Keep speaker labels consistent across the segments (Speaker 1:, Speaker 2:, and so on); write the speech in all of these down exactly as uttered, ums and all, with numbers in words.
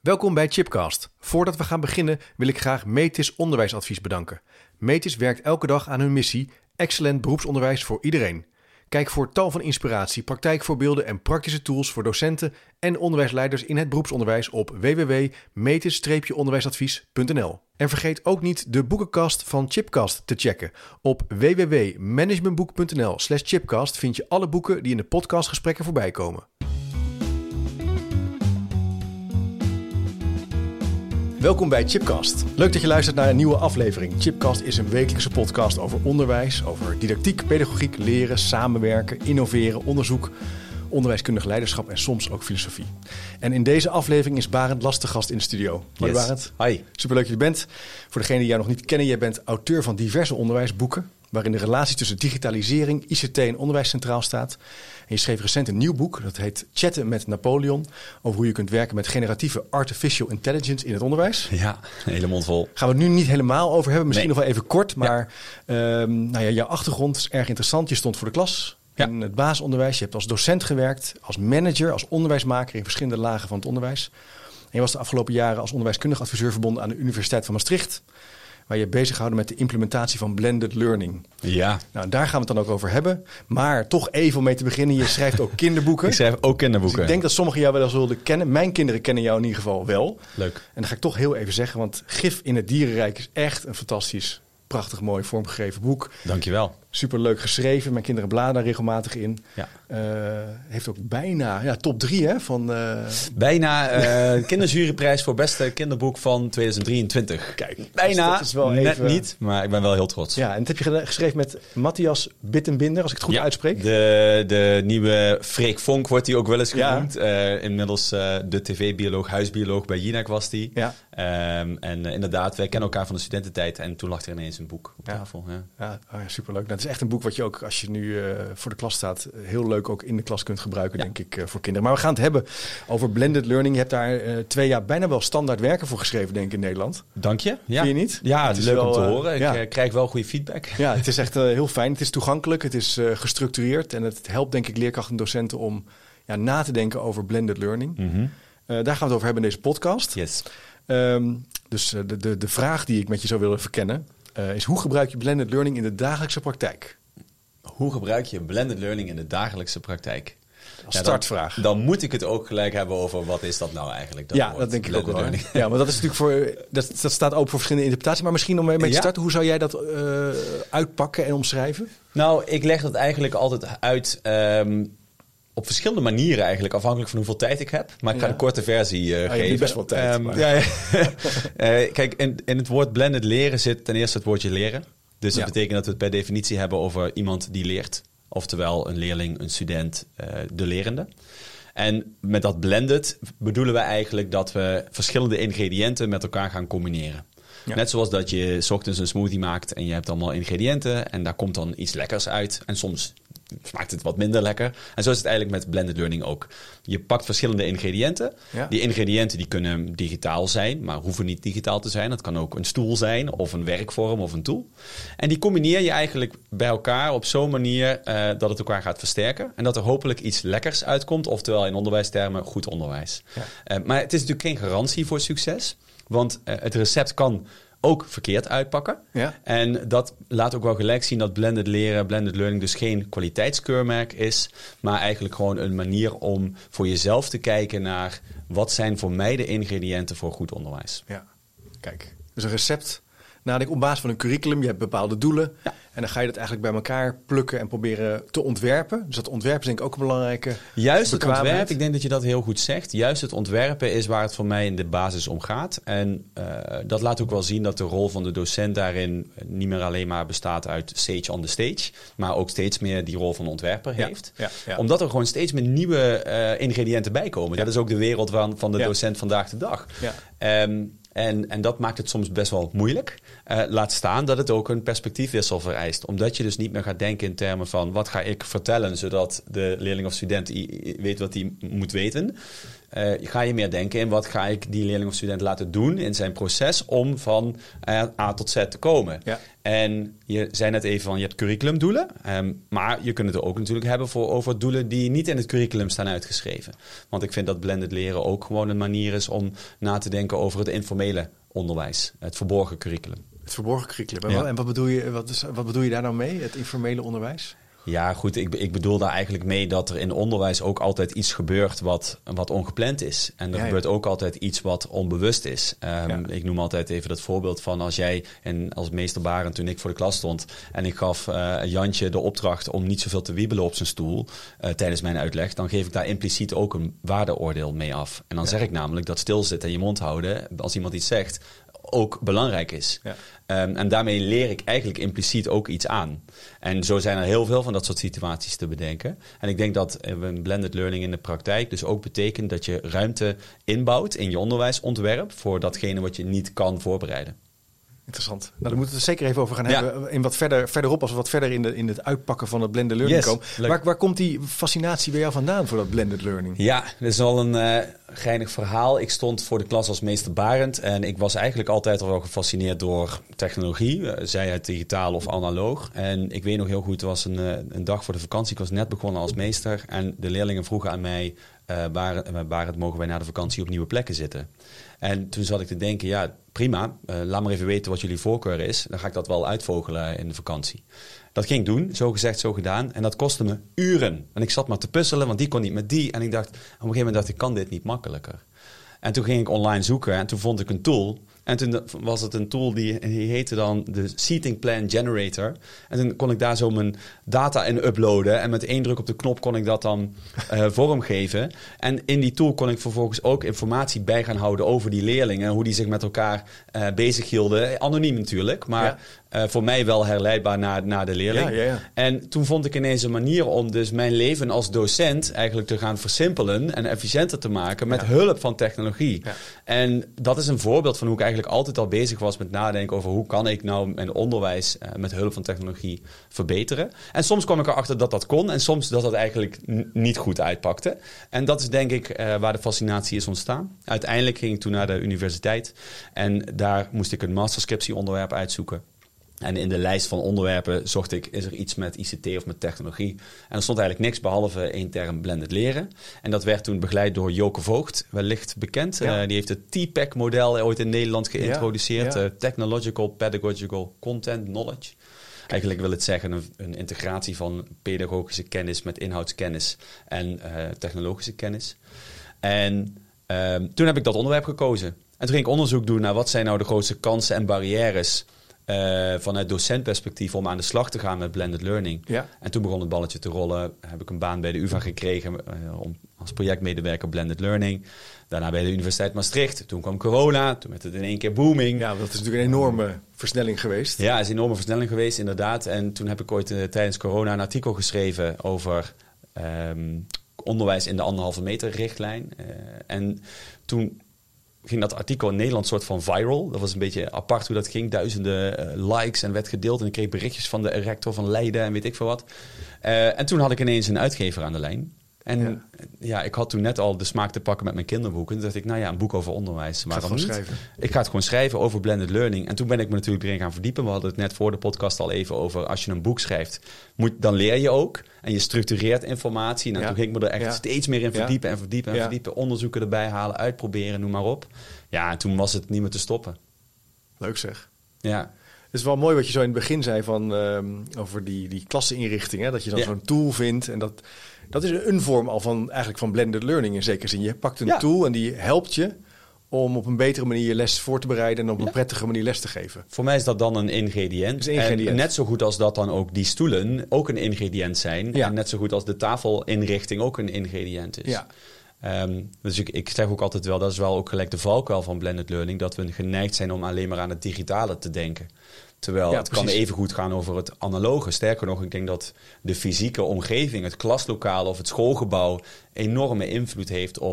Speaker 1: Welkom bij Chipcast. Voordat we gaan beginnen wil ik graag Metis Onderwijsadvies bedanken. Metis werkt elke dag aan hun missie: excellent beroepsonderwijs voor iedereen. Kijk voor tal van inspiratie, praktijkvoorbeelden en praktische tools voor docenten en onderwijsleiders in het beroepsonderwijs op w w w punt metis onderwijsadvies punt n l. En vergeet ook niet de boekenkast van Chipcast te checken. Op w w w punt managementboek punt n l slash chipcast vind je alle boeken die in de podcastgesprekken voorbij komen. Welkom bij Chipcast. Leuk dat je luistert naar een nieuwe aflevering. Chipcast is een wekelijkse podcast over onderwijs, over didactiek, pedagogiek, leren, samenwerken, innoveren, onderzoek, onderwijskundig leiderschap en soms ook filosofie. En in deze aflevering is Barend Last te gast in de studio. Hoi
Speaker 2: Yes.
Speaker 1: Barend.
Speaker 2: Hi.
Speaker 1: Superleuk dat je er bent. Voor degenen die jou nog niet kennen, jij bent auteur van diverse onderwijsboeken, waarin de relatie tussen digitalisering, I C T en onderwijs centraal staat. En je schreef recent een nieuw boek, dat heet Chatten met Napoleon, over hoe je kunt werken met generatieve artificial intelligence in het onderwijs.
Speaker 2: Ja, een hele mond vol.
Speaker 1: Gaan we het nu niet helemaal over hebben, misschien
Speaker 2: Nee.
Speaker 1: nog wel even kort, maar ja. Um, nou ja, jouw achtergrond is erg interessant. Je stond voor de klas
Speaker 2: Ja.
Speaker 1: in het basisonderwijs, je hebt als docent gewerkt, als manager, als onderwijsmaker in verschillende lagen van het onderwijs. En je was de afgelopen jaren als onderwijskundig adviseur verbonden aan de Universiteit van Maastricht, waar je bezig houden met de implementatie van blended learning.
Speaker 2: Ja.
Speaker 1: Nou, daar gaan we het dan ook over hebben. Maar toch even om mee te beginnen, je schrijft ook kinderboeken.
Speaker 2: Ik schrijf ook kinderboeken.
Speaker 1: Dus ik denk dat sommigen jou wel eens zullen kennen. Mijn kinderen kennen jou in ieder geval wel.
Speaker 2: Leuk.
Speaker 1: En dat ga ik toch heel even zeggen, want Gif in het Dierenrijk is echt een fantastisch, prachtig mooi vormgegeven boek.
Speaker 2: Dankjewel.
Speaker 1: Superleuk geschreven. Mijn kinderen bladeren daar regelmatig in.
Speaker 2: Ja.
Speaker 1: Uh, heeft ook bijna ja, top drie hè, van... Uh...
Speaker 2: Bijna uh, kinderjuryprijs voor beste kinderboek van tweeduizend drieëntwintig.
Speaker 1: Kijk,
Speaker 2: bijna.
Speaker 1: Dus dat is wel
Speaker 2: net
Speaker 1: even...
Speaker 2: niet, maar ik ben wel heel trots.
Speaker 1: Ja, en dat heb je geschreven met Matthias Bittenbinder, als ik het goed
Speaker 2: ja,
Speaker 1: uitspreek.
Speaker 2: De, de nieuwe Freek Vonk wordt hij ook wel eens
Speaker 1: Ja.
Speaker 2: genoemd. Uh, inmiddels uh, de tv-bioloog, huisbioloog bij Jinek was hij.
Speaker 1: Ja.
Speaker 2: Um, en uh, inderdaad, wij kennen elkaar van de studententijd. En toen lag er ineens een boek op
Speaker 1: Ja.
Speaker 2: tafel. Ja,
Speaker 1: ja, oh ja superleuk. Nou, het is echt een boek wat je ook, als je nu uh, voor de klas staat, heel leuk ook in de klas kunt gebruiken, ja. denk ik, uh, voor kinderen. Maar we gaan het hebben over blended learning. Je hebt daar uh, twee jaar bijna wel standaard werken voor geschreven, denk ik, in Nederland.
Speaker 2: Dank je. Ja.
Speaker 1: Vind je niet?
Speaker 2: Ja,
Speaker 1: het is
Speaker 2: leuk
Speaker 1: wel,
Speaker 2: om te
Speaker 1: uh,
Speaker 2: horen. Ik
Speaker 1: ja.
Speaker 2: uh, krijg wel goede feedback.
Speaker 1: Ja, het is echt uh, heel fijn. Het is toegankelijk, het is uh, gestructureerd en het helpt, denk ik, leerkrachten en docenten om ja, na te denken over blended learning.
Speaker 2: Mm-hmm.
Speaker 1: Uh, daar gaan we het over hebben in deze podcast.
Speaker 2: Yes.
Speaker 1: Um, dus uh, de, de, de vraag die ik met je zou willen verkennen uh, is: hoe gebruik je blended learning in de dagelijkse praktijk?
Speaker 2: Hoe gebruik je blended learning in de dagelijkse praktijk?
Speaker 1: Als
Speaker 2: ja,
Speaker 1: startvraag.
Speaker 2: Dan, dan moet ik het ook gelijk hebben over wat is dat nou eigenlijk? Dat
Speaker 1: ja,
Speaker 2: woord,
Speaker 1: dat denk ik ook wel.
Speaker 2: learning.
Speaker 1: Ja, maar dat is natuurlijk voor dat, dat staat open voor verschillende interpretaties. Maar misschien om mee te
Speaker 2: Ja.
Speaker 1: starten, hoe zou jij dat uh, uitpakken en omschrijven?
Speaker 2: Nou, ik leg dat eigenlijk altijd uit um, op verschillende manieren eigenlijk, afhankelijk van hoeveel tijd ik heb. Maar ik ga
Speaker 1: ja.
Speaker 2: een korte versie uh,
Speaker 1: oh, je
Speaker 2: geven.
Speaker 1: hebt best wel tijd.
Speaker 2: Um,
Speaker 1: maar.
Speaker 2: ja, ja. uh, kijk, in, in het woord blended leren zit ten eerste het woordje leren. Dus dat
Speaker 1: ja.
Speaker 2: betekent dat we het per definitie hebben over iemand die leert. Oftewel een leerling, een student, uh, de lerende. En met dat blended bedoelen we eigenlijk dat we verschillende ingrediënten met elkaar gaan combineren. Ja. Net zoals dat je 's ochtends een smoothie maakt en je hebt allemaal ingrediënten en daar komt dan iets lekkers uit. En soms smaakt het wat minder lekker. En zo is het eigenlijk met blended learning ook. Je pakt verschillende ingrediënten. Ja. Die ingrediënten die kunnen digitaal zijn, maar hoeven niet digitaal te zijn. Dat kan ook een stoel zijn of een werkvorm of een tool. En die combineer je eigenlijk bij elkaar op zo'n manier uh, dat het elkaar gaat versterken. En dat er hopelijk iets lekkers uitkomt. Oftewel in onderwijstermen goed onderwijs. Ja. Uh, maar het is natuurlijk geen garantie voor succes. Want uh, het recept kan ook verkeerd uitpakken. Ja. En dat laat ook wel gelijk zien dat blended leren, blended learning dus geen kwaliteitskeurmerk is, maar eigenlijk gewoon een manier om voor jezelf te kijken naar wat zijn voor mij de ingrediënten voor goed onderwijs.
Speaker 1: Ja, kijk. Dus een recept nadenken op basis van een curriculum. Je hebt bepaalde doelen. Ja. En dan ga je dat eigenlijk bij elkaar plukken en proberen te ontwerpen. Dus dat ontwerpen is denk ik ook een belangrijke
Speaker 2: Juist het ontwerp, ik denk dat je dat heel goed zegt. Juist het ontwerpen is waar het voor mij in de basis om gaat. En uh, dat laat ook wel zien dat de rol van de docent daarin niet meer alleen maar bestaat uit sage on the stage. Maar ook steeds meer die rol van ontwerper
Speaker 1: ja.
Speaker 2: heeft.
Speaker 1: Ja, ja.
Speaker 2: Omdat er gewoon steeds meer nieuwe uh, ingrediënten bij komen. Ja. Dat is ook de wereld van, van de ja. docent vandaag de dag. Ja. Um, En, en dat maakt het soms best wel moeilijk. Uh, laat staan dat het ook een perspectiefwissel vereist. Omdat je dus niet meer gaat denken in termen van wat ga ik vertellen, zodat de leerling of student i- i- weet wat hij moet weten. uh, ga je meer denken in wat ga ik die leerling of student laten doen in zijn proces om van uh, A tot Z te komen. Ja. En je zei net even van je hebt curriculumdoelen, um, maar je kunt het er ook natuurlijk hebben voor over doelen die niet in het curriculum staan uitgeschreven. Want ik vind dat blended leren ook gewoon een manier is om na te denken over het informele onderwijs, het verborgen curriculum.
Speaker 1: Het verborgen curriculum. Ja. En wat bedoel je, wat, is, wat bedoel je daar nou mee, het informele onderwijs?
Speaker 2: Ja, goed. Ik, ik bedoel daar eigenlijk mee dat er in onderwijs ook altijd iets gebeurt wat, wat ongepland is. En er ja, gebeurt ja. ook altijd iets wat onbewust is. Um, ja. Ik noem altijd even dat voorbeeld van als jij en als meester Barend toen ik voor de klas stond en ik gaf uh, Jantje de opdracht om niet zoveel te wiebelen op zijn stoel uh, tijdens mijn uitleg, dan geef ik daar impliciet ook een waardeoordeel mee af. En dan ja. zeg ik namelijk dat stilzitten en je mond houden als iemand iets zegt ook belangrijk is. Ja. Um, en daarmee leer ik eigenlijk impliciet ook iets aan. En zo zijn er heel veel van dat soort situaties te bedenken. En ik denk dat een blended learning in de praktijk dus ook betekent dat je ruimte inbouwt in je onderwijsontwerp voor datgene wat je niet kan voorbereiden.
Speaker 1: Interessant. Nou, daar moeten we het er zeker even over gaan ja. hebben. In wat verder, verderop, als we wat verder in, de, in het uitpakken van het blended learning yes, komen. Waar, waar komt die fascinatie bij jou vandaan voor dat blended learning?
Speaker 2: Ja, dat is wel een uh, geinig verhaal. Ik stond voor de klas als meester Barend. En ik was eigenlijk altijd al wel gefascineerd door technologie. Uh, zij het digitaal of analoog. En ik weet nog heel goed, het was een, uh, een dag voor de vakantie. Ik was net begonnen als meester. En de leerlingen vroegen aan mij, uh, Barend, Barend, mogen wij na de vakantie op nieuwe plekken zitten? En toen zat ik te denken, ja prima, uh, laat maar even weten wat jullie voorkeur is. Dan ga ik dat wel uitvogelen in de vakantie. Dat ging ik doen, zo gezegd, zo gedaan. En dat kostte me uren. En ik zat maar te puzzelen, want die kon niet met die. En ik dacht, op een gegeven moment dacht ik, kan dit niet makkelijker? En toen ging ik online zoeken en toen vond ik een tool. En toen was het een tool die, die heette dan de Seating Plan Generator. En toen kon ik daar zo mijn data in uploaden. En met één druk op de knop kon ik dat dan uh, vormgeven. En in die tool kon ik vervolgens ook informatie bij gaan houden over die leerlingen. Hoe die zich met elkaar uh, bezig hielden. Anoniem natuurlijk, maar ja. uh, voor mij wel herleidbaar naar, naar de leerling. Ja, ja, ja. En toen vond ik ineens een manier om dus mijn leven als docent eigenlijk te gaan versimpelen en efficiënter te maken met ja. hulp van technologie. Ja. En dat is een voorbeeld van hoe ik eigenlijk altijd al bezig was met nadenken over hoe kan ik nou mijn onderwijs uh, met hulp van technologie verbeteren. En soms kwam ik erachter dat dat kon en soms dat dat eigenlijk n- niet goed uitpakte. En dat is denk ik uh, waar de fascinatie is ontstaan. Uiteindelijk ging ik toen naar de universiteit en daar moest ik een masterscriptieonderwerp uitzoeken. En in de lijst van onderwerpen zocht ik, is er iets met I C T of met technologie? En er stond eigenlijk niks behalve één term blended leren. En dat werd toen begeleid door Joke Voogd, wellicht bekend. Ja. Uh, die heeft het T P E C-model ooit in Nederland geïntroduceerd. Ja, ja. Uh, Technological Pedagogical Content Knowledge. Eigenlijk wil het zeggen een, een integratie van pedagogische kennis met inhoudskennis en uh, technologische kennis. En uh, toen heb ik dat onderwerp gekozen. En toen ging ik onderzoek doen naar wat zijn nou de grootste kansen en barrières Uh, vanuit docentperspectief om aan de slag te gaan met blended learning. Ja. En toen begon het balletje te rollen. Heb ik een baan bij de U vA gekregen uh, om, als projectmedewerker blended learning. Daarna bij de Universiteit Maastricht. Toen kwam corona. Toen werd het in één keer booming.
Speaker 1: Ja, dat is natuurlijk een enorme versnelling geweest.
Speaker 2: Ja, het is een enorme versnelling geweest, inderdaad. En toen heb ik ooit uh, tijdens corona een artikel geschreven over um, onderwijs in de anderhalve meter richtlijn. Uh, en toen ging dat artikel in Nederland soort van viral. Dat was een beetje apart hoe dat ging. Duizenden uh, likes en werd gedeeld. En ik kreeg berichtjes van de rector van Leiden en weet ik veel wat. Uh, en toen had ik ineens een uitgever aan de lijn. En ja. ja, ik had toen net al de smaak te pakken met mijn kinderboeken. Toen dacht ik, nou ja, een boek over onderwijs. Maar dan niet. Schrijven. Ik ga het gewoon schrijven over blended learning. En toen ben ik me natuurlijk erin gaan verdiepen. We hadden het net voor de podcast al even over. Als je een boek schrijft, moet, dan leer je ook. En je structureert informatie. En ja. toen ging ik me er echt ja. steeds meer in verdiepen ja. en verdiepen en ja. verdiepen. Onderzoeken erbij halen, uitproberen, noem maar op. Ja, en toen was het niet meer te stoppen.
Speaker 1: Leuk zeg.
Speaker 2: Ja.
Speaker 1: Het is wel mooi wat je zo in het begin zei van, um, over die, die klasseninrichting. Hè? Dat je dan ja. zo'n tool vindt. En dat, dat is een vorm al van, eigenlijk van blended learning in zekere zin. Je pakt een ja. tool en die helpt je om op een betere manier je les voor te bereiden en op ja. een prettige manier les te geven.
Speaker 2: Voor mij is dat dan een ingrediënt.
Speaker 1: Een ingrediënt.
Speaker 2: En net zo goed als dat dan ook die stoelen ook een ingrediënt zijn. Ja. En net zo goed als de tafelinrichting ook een ingrediënt is. Ja. Um, dus ik, ik zeg ook altijd wel, dat is wel ook gelijk de valkuil van blended learning, dat we geneigd zijn om alleen maar aan het digitale te denken. Terwijl ja, het precies. kan even goed gaan over het analoge. Sterker nog, ik denk dat de fysieke omgeving, het klaslokaal of het schoolgebouw enorme invloed heeft op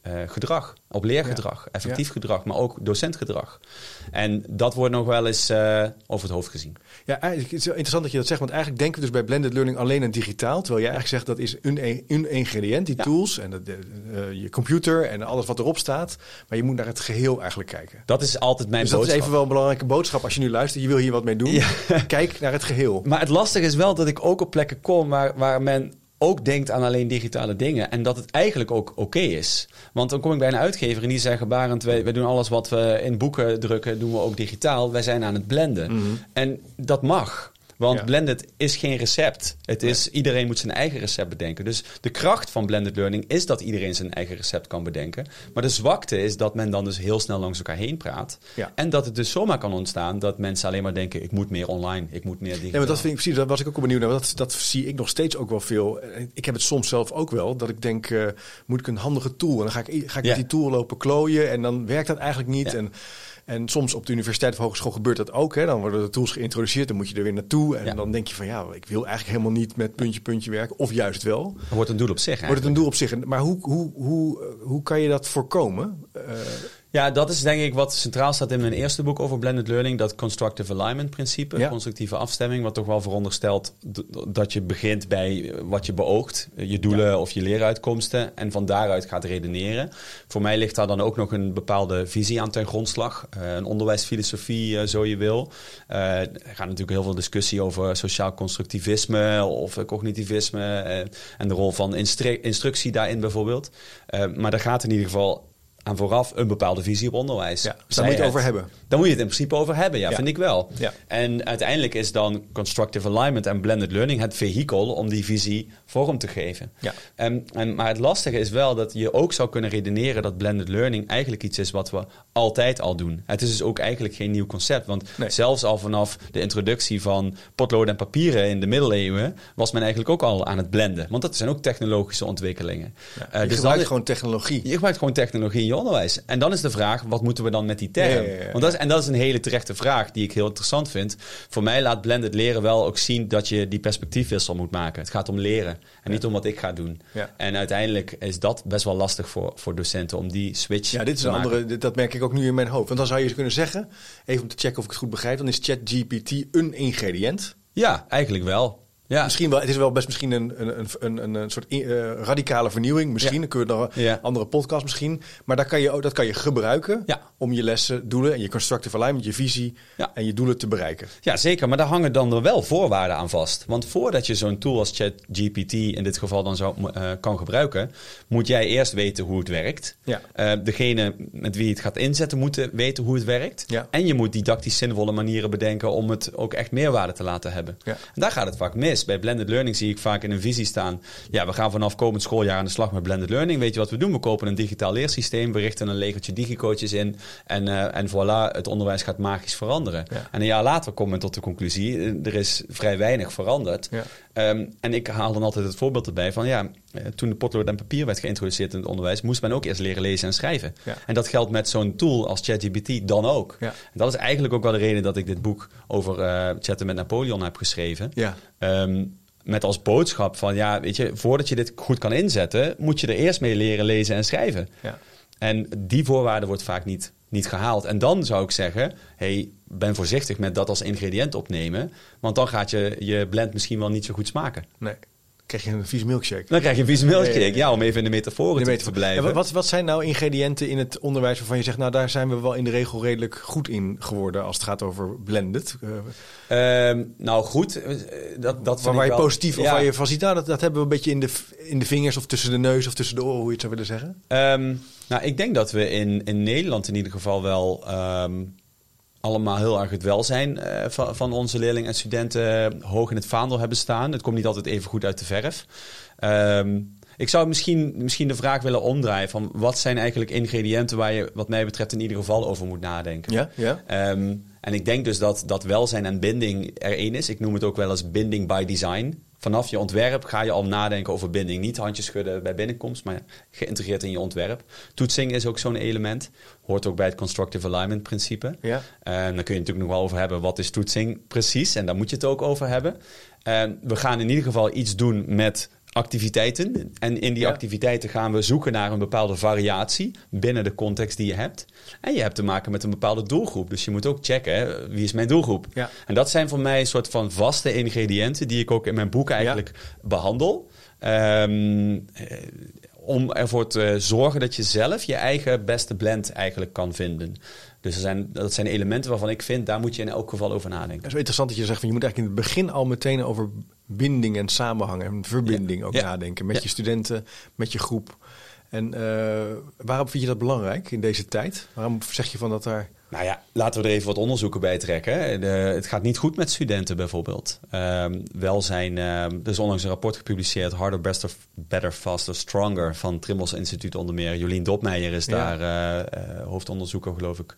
Speaker 2: uh, gedrag, op leergedrag, ja. effectief ja. gedrag, maar ook docentgedrag. En dat wordt nog wel eens uh, over het hoofd gezien.
Speaker 1: Ja, eigenlijk is het interessant dat je dat zegt, want eigenlijk denken we dus bij blended learning alleen aan digitaal, terwijl jij eigenlijk zegt dat is een, een ingrediënt, die ja. tools en de, de, uh, je computer en alles wat erop staat, maar je moet naar het geheel eigenlijk kijken.
Speaker 2: Dat is altijd mijn
Speaker 1: dus
Speaker 2: boodschap.
Speaker 1: Dat is even wel een belangrijke boodschap als je nu luistert, je wil hier wat mee doen, ja. Kijk naar het geheel.
Speaker 2: Maar het lastige is wel dat ik ook op plekken kom waar, waar men ook denkt aan alleen digitale dingen. En dat het eigenlijk ook oké okay is. Want dan kom ik bij een uitgever en die zeggen, Barend, wij, wij doen alles wat we in boeken drukken, doen we ook digitaal. Wij zijn aan het blenden. Mm-hmm. En dat mag. Want ja. blended is geen recept. Het is, nee. Iedereen moet zijn eigen recept bedenken. Dus de kracht van blended learning is dat iedereen zijn eigen recept kan bedenken. Maar de zwakte is dat men dan dus heel snel langs elkaar heen praat. Ja. En dat het dus zomaar kan ontstaan dat mensen alleen maar denken, ik moet meer online, ik moet meer digitaal.
Speaker 1: Nee, maar dat vind ik precies, daar was ik ook al benieuwd naar. Dat, dat zie ik nog steeds ook wel veel. Ik heb het soms zelf ook wel, dat ik denk, uh, moet ik een handige tool? En dan ga ik, ga ik ja. met die tool lopen klooien en dan werkt dat eigenlijk niet. Ja. En En soms op de universiteit of hogeschool gebeurt dat ook. Hè? Dan worden de tools geïntroduceerd, dan moet je er weer naartoe. En ja. dan denk je van ja, ik wil eigenlijk helemaal niet met puntje, puntje werken. Of juist wel.
Speaker 2: Dan wordt een doel op zich eigenlijk.
Speaker 1: Wordt het een doel op zich. Maar hoe, hoe, hoe, hoe kan je dat voorkomen? Uh,
Speaker 2: Ja, dat is denk ik wat centraal staat in mijn eerste boek over blended learning. Dat constructive alignment principe, ja. constructieve afstemming. Wat toch wel veronderstelt d- dat je begint bij wat je beoogt. Je doelen ja. of je leeruitkomsten. En van daaruit gaat redeneren. Voor mij ligt daar dan ook nog een bepaalde visie aan ten grondslag. Uh, een onderwijsfilosofie, uh, zo je wil. Uh, er gaat natuurlijk heel veel discussie over sociaal constructivisme of uh, cognitivisme. Uh, en de rol van instru- instructie daarin bijvoorbeeld. Uh, maar daar gaat in ieder geval aan vooraf een bepaalde visie op onderwijs.
Speaker 1: Ja, dus daar moet je het over hebben.
Speaker 2: Daar moet je het in principe over hebben, ja, ja. vind ik wel.
Speaker 1: Ja.
Speaker 2: En uiteindelijk is dan constructive alignment en blended learning het vehikel om die visie vorm te geven.
Speaker 1: Ja.
Speaker 2: En, en, maar het lastige is wel dat je ook zou kunnen redeneren dat blended learning eigenlijk iets is wat we altijd al doen. Het is dus ook eigenlijk geen nieuw concept. Want nee. zelfs al vanaf de introductie van potlood en papieren in de middeleeuwen was men eigenlijk ook al aan het blenden. Want dat zijn ook technologische ontwikkelingen.
Speaker 1: Ja, je uh, dus gebruikt is, gewoon technologie.
Speaker 2: Je gebruikt gewoon technologie in je onderwijs. En dan is de vraag, wat moeten we dan met die term? Ja, ja, ja. Want dat is, en dat is een hele terechte vraag die ik heel interessant vind. Voor mij laat blended leren wel ook zien dat je die perspectiefwissel moet maken. Het gaat om leren en ja. niet om wat ik ga doen. Ja. En uiteindelijk is dat best wel lastig voor, voor docenten om die switch
Speaker 1: ja, dit is
Speaker 2: te
Speaker 1: een
Speaker 2: maken.
Speaker 1: andere, dit, dat merk ik ook nu in mijn hoofd. Want dan zou je kunnen zeggen, even om te checken of ik het goed begrijp, dan is ChatGPT een ingrediënt.
Speaker 2: Ja, eigenlijk wel. Ja.
Speaker 1: Misschien wel, het is wel best misschien een, een, een, een, een soort uh, radicale vernieuwing. Misschien, ja. dan kun je nog een ja. andere podcast misschien. Maar daar kan je, dat kan je gebruiken ja. om je lessen, doelen en je constructive alignment, je visie ja. en je doelen te bereiken.
Speaker 2: Ja, zeker. Maar daar hangen dan er wel voorwaarden aan vast. Want voordat je zo'n tool als ChatGPT in dit geval dan zou, uh, kan gebruiken, moet jij eerst weten hoe het werkt. Ja. Uh, degene met wie je het gaat inzetten moet weten hoe het werkt. Ja. En je moet didactisch zinvolle manieren bedenken om het ook echt meerwaarde te laten hebben. Ja. En daar gaat het vaak mis. Bij blended learning zie ik vaak in een visie staan. Ja, we gaan vanaf komend schooljaar aan de slag met blended learning. Weet je wat we doen? We kopen een digitaal leersysteem. We richten een legertje digicoaches in. En, uh, en voilà, het onderwijs gaat magisch veranderen. Ja. En een jaar later komen we tot de conclusie. Er is vrij weinig veranderd. Ja. Um, en ik haal dan altijd het voorbeeld erbij van ja, toen de potlood en papier werd geïntroduceerd in het onderwijs, moest men ook eerst leren lezen en schrijven. Ja. En dat geldt met zo'n tool als ChatGPT dan ook. Ja. En dat is eigenlijk ook wel de reden dat ik dit boek over uh, chatten met Napoleon heb geschreven. Ja. Um, met als boodschap van ja, weet je, voordat je dit goed kan inzetten, moet je er eerst mee leren lezen en schrijven. Ja. En die voorwaarde wordt vaak niet, niet gehaald. En dan zou ik zeggen, hey, ben voorzichtig met dat als ingrediënt opnemen. Want dan gaat je, je blend misschien wel niet zo goed smaken.
Speaker 1: Nee. Krijg je een vieze milkshake.
Speaker 2: Dan krijg je een vieze milkshake, ja, ja, ja. ja om even in de metaforen de metafoor. te blijven.
Speaker 1: Ja, wat, wat zijn nou ingrediënten in het onderwijs waarvan je zegt, nou daar zijn we wel in de regel redelijk goed in geworden als het gaat over blended?
Speaker 2: Uh, um, nou goed, dat, dat
Speaker 1: waar, waar je
Speaker 2: wel,
Speaker 1: positief ja. of waar je van ziet, nou dat, dat hebben we een beetje in de, in de vingers of tussen de neus of tussen de oren, hoe je het zou willen zeggen?
Speaker 2: Um, nou, ik denk dat we in, in Nederland in ieder geval wel Um, allemaal heel erg het welzijn uh, van, van onze leerlingen en studenten hoog in het vaandel hebben staan. Het komt niet altijd even goed uit de verf. Um, ik zou misschien, misschien de vraag willen omdraaien van wat zijn eigenlijk ingrediënten waar je wat mij betreft in ieder geval over moet nadenken.
Speaker 1: Ja, ja.
Speaker 2: Um, en ik denk dus dat, dat welzijn en binding er één is. Ik noem het ook wel eens binding by design. Vanaf je ontwerp ga je al nadenken over binding. Niet handjes schudden bij binnenkomst, maar geïntegreerd in je ontwerp. Toetsing is ook zo'n element. Hoort ook bij het constructive alignment principe. Ja. En dan kun je natuurlijk nog wel over hebben, wat is toetsing precies? En daar moet je het ook over hebben. En we gaan in ieder geval iets doen met activiteiten. En in die ja. activiteiten gaan we zoeken naar een bepaalde variatie binnen de context die je hebt. En je hebt te maken met een bepaalde doelgroep. Dus je moet ook checken, hè, wie is mijn doelgroep? Ja. En dat zijn voor mij een soort van vaste ingrediënten die ik ook in mijn boek eigenlijk ja. behandel. Um, om ervoor te zorgen dat je zelf je eigen beste blend eigenlijk kan vinden. Dus er zijn, dat zijn elementen waarvan ik vind, daar moet je in elk geval over nadenken.
Speaker 1: Het is interessant dat je zegt, van, je moet eigenlijk in het begin al meteen over binding en samenhang en verbinding ja. ook ja. nadenken. Met ja. je studenten, met je groep. En uh, waarom vind je dat belangrijk in deze tijd? Waarom zeg je van dat daar...
Speaker 2: Nou ja, laten we er even wat onderzoeken bij trekken. De, het gaat niet goed met studenten bijvoorbeeld. Um, welzijn, uh, er is onlangs een rapport gepubliceerd, Harder, Better, Better, Faster, Stronger van Trimbos Instituut onder meer. Jolien Dopmeijer is ja. daar uh, uh, hoofdonderzoeker, geloof ik.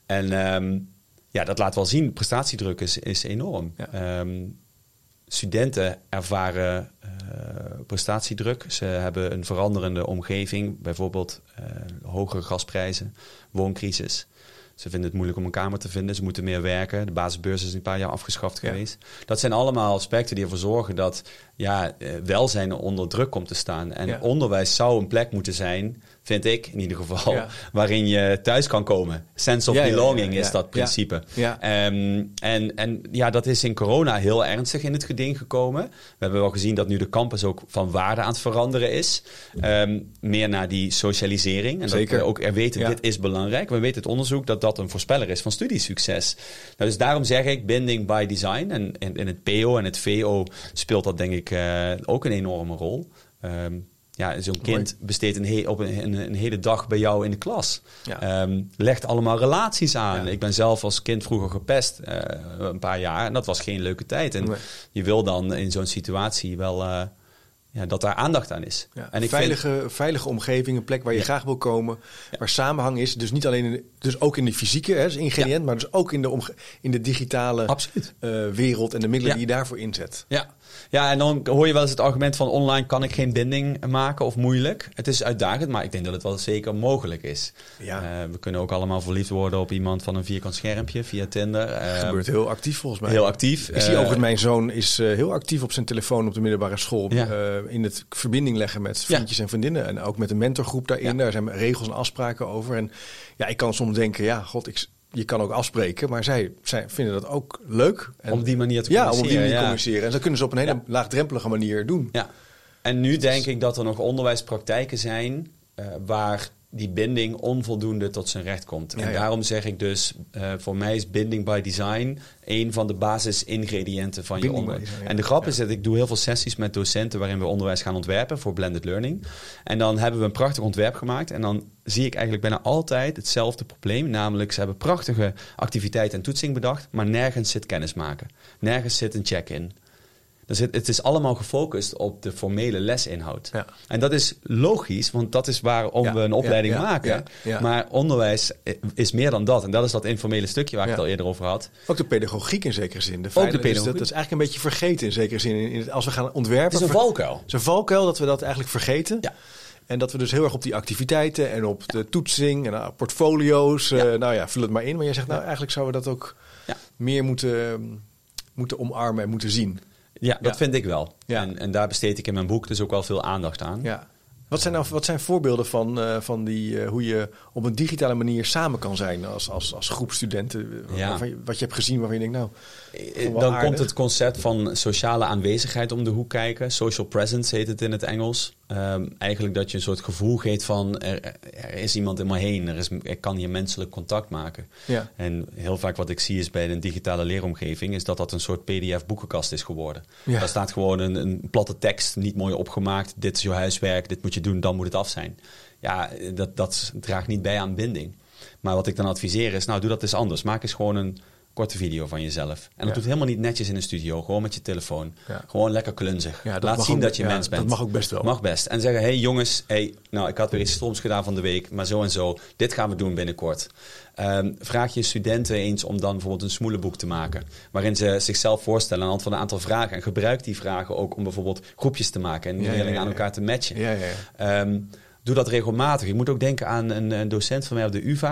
Speaker 2: En um, ja, dat laat wel zien, prestatiedruk is, is enorm. Ja. Um, studenten ervaren uh, prestatiedruk. Ze hebben een veranderende omgeving, bijvoorbeeld uh, hogere gasprijzen, wooncrisis. Ze vinden het moeilijk om een kamer te vinden. Ze moeten meer werken. De basisbeurs is een paar jaar afgeschaft ja. geweest. Dat zijn allemaal aspecten die ervoor zorgen dat ja, welzijn onder druk komt te staan. En ja. onderwijs zou een plek moeten zijn, vind ik in ieder geval, ja. waarin je thuis kan komen. Sense of ja, belonging ja, ja, ja. is dat principe. Ja. Ja. Um, en, en ja, dat is in corona heel ernstig in het geding gekomen. We hebben wel gezien dat nu de campus ook van waarde aan het veranderen is. Um, meer naar die socialisering. En Zeker. dat we ook er weten, ja. dit is belangrijk. We weten het onderzoek dat dat een voorspeller is van studiesucces. Nou, dus daarom zeg ik binding by design. En in, in het P O en het V O speelt dat denk ik uh, ook een enorme rol. Um, Ja, zo'n kind besteedt een, he- op een, een, een hele dag bij jou in de klas. Ja. Um, legt allemaal relaties aan. Ja. Ik ben zelf als kind vroeger gepest, uh, een paar jaar. En dat was geen leuke tijd. En nee. je wil dan in zo'n situatie wel uh, ja, dat daar aandacht aan is.
Speaker 1: Ja,
Speaker 2: en ik
Speaker 1: veilige,
Speaker 2: vind...
Speaker 1: veilige omgeving, een plek waar je ja. graag wil komen.
Speaker 2: Ja.
Speaker 1: Waar samenhang is. Dus niet alleen in de, dus ook in de fysieke, hè, dus ingrediënt. Ja. Maar dus ook in de, omge- in de digitale uh, wereld en de middelen ja. die je daarvoor inzet.
Speaker 2: Ja. Ja, en dan hoor je wel eens het argument van online kan ik geen binding maken of moeilijk. Het is uitdagend, maar ik denk dat het wel zeker mogelijk is. Ja. Uh, we kunnen ook allemaal verliefd worden op iemand van een vierkant schermpje via Tinder. Uh,
Speaker 1: dat gebeurt heel actief volgens mij.
Speaker 2: Heel actief.
Speaker 1: Ik uh, zie overigens, mijn zoon is uh, heel actief op zijn telefoon op de middelbare school. Ja. Uh, in het verbinding leggen met vriendjes ja. en vriendinnen. En ook met een mentorgroep daarin. Ja. Daar zijn regels en afspraken over. En ja, ik kan soms denken, ja, god, ik... Je kan ook afspreken, maar zij, zij vinden dat ook leuk. En,
Speaker 2: om op die manier te
Speaker 1: ja,
Speaker 2: communiceren.
Speaker 1: Ja, om op die manier te communiceren. En dat kunnen ze op een hele ja. laagdrempelige manier doen.
Speaker 2: Ja. En nu dus denk ik dat er nog onderwijspraktijken zijn uh, waar die binding onvoldoende tot zijn recht komt. Ja, en ja. daarom zeg ik dus, uh, voor mij is binding by design een van de basisingrediënten van binding je onderwijs. Design, ja. En de grap ja. is dat ik doe heel veel sessies met docenten waarin we onderwijs gaan ontwerpen voor blended learning. En dan hebben we een prachtig ontwerp gemaakt en dan zie ik eigenlijk bijna altijd hetzelfde probleem. Namelijk, ze hebben prachtige activiteiten en toetsing bedacht, maar nergens zit kennismaken. Nergens zit een check-in. Dus het, het is allemaal gefocust op de formele lesinhoud. Ja. En dat is logisch, want dat is waarom ja, we een opleiding ja, ja, maken. Ja, ja. Maar onderwijs is meer dan dat. En dat is dat informele stukje waar ja. ik het al eerder over had.
Speaker 1: Ook de pedagogiek in zekere zin. De ook de pedagogiek. Dat, dat is eigenlijk een beetje vergeten in zekere zin. In, in, als we gaan ontwerpen...
Speaker 2: Het is een valkuil. Het
Speaker 1: is een valkuil dat we dat eigenlijk vergeten. Ja. En dat we dus heel erg op die activiteiten en op de toetsing en nou, portfolio's. Ja. Uh, nou ja, vul het maar in. Maar jij zegt, nou eigenlijk zouden we dat ook ja. meer moeten, moeten omarmen en moeten zien.
Speaker 2: Ja, dat ja. vind ik wel. Ja. En, en daar besteed ik in mijn boek dus ook wel veel aandacht aan.
Speaker 1: Ja. Wat zijn nou wat zijn voorbeelden van, uh, van die, uh, hoe je op een digitale manier samen kan zijn als, als, als groep studenten? Ja. Je, wat je hebt gezien waarvan je denkt, nou,
Speaker 2: dan aardig. Komt het concept van sociale aanwezigheid om de hoek kijken. Social presence heet het in het Engels. Um, eigenlijk dat je een soort gevoel geeft van er, er is iemand in me heen. Er, is, er kan hier menselijk contact maken. Ja. En heel vaak wat ik zie is bij een digitale leeromgeving is dat dat een soort P D F boekenkast is geworden. Ja. Daar staat gewoon een, een platte tekst, niet mooi opgemaakt. Dit is je huiswerk, dit moet je doen, dan moet het af zijn. Ja, dat, dat draagt niet bij aan binding. Maar wat ik dan adviseer is, nou doe dat eens anders. Maak eens gewoon een korte video van jezelf. En dat ja. doet helemaal niet netjes in een studio. Gewoon met je telefoon. Ja. Gewoon lekker klunzig. Ja, Laat zien ook, dat je ja, mens bent.
Speaker 1: Dat mag ook best wel.
Speaker 2: Mag best. En zeggen, hey jongens, hey, nou ik had weer iets stroms gedaan van de week, maar zo en zo. Dit gaan we doen binnenkort. Um, vraag je studenten eens om dan bijvoorbeeld een smoelenboek te maken. Waarin ze zichzelf voorstellen aan de hand van een aantal vragen. En gebruik die vragen ook om bijvoorbeeld groepjes te maken. En ja, leerlingen ja, ja, ja. aan elkaar te matchen. Ja, ja, ja. Um, doe dat regelmatig. Je moet ook denken aan een, een docent van mij op de U vA.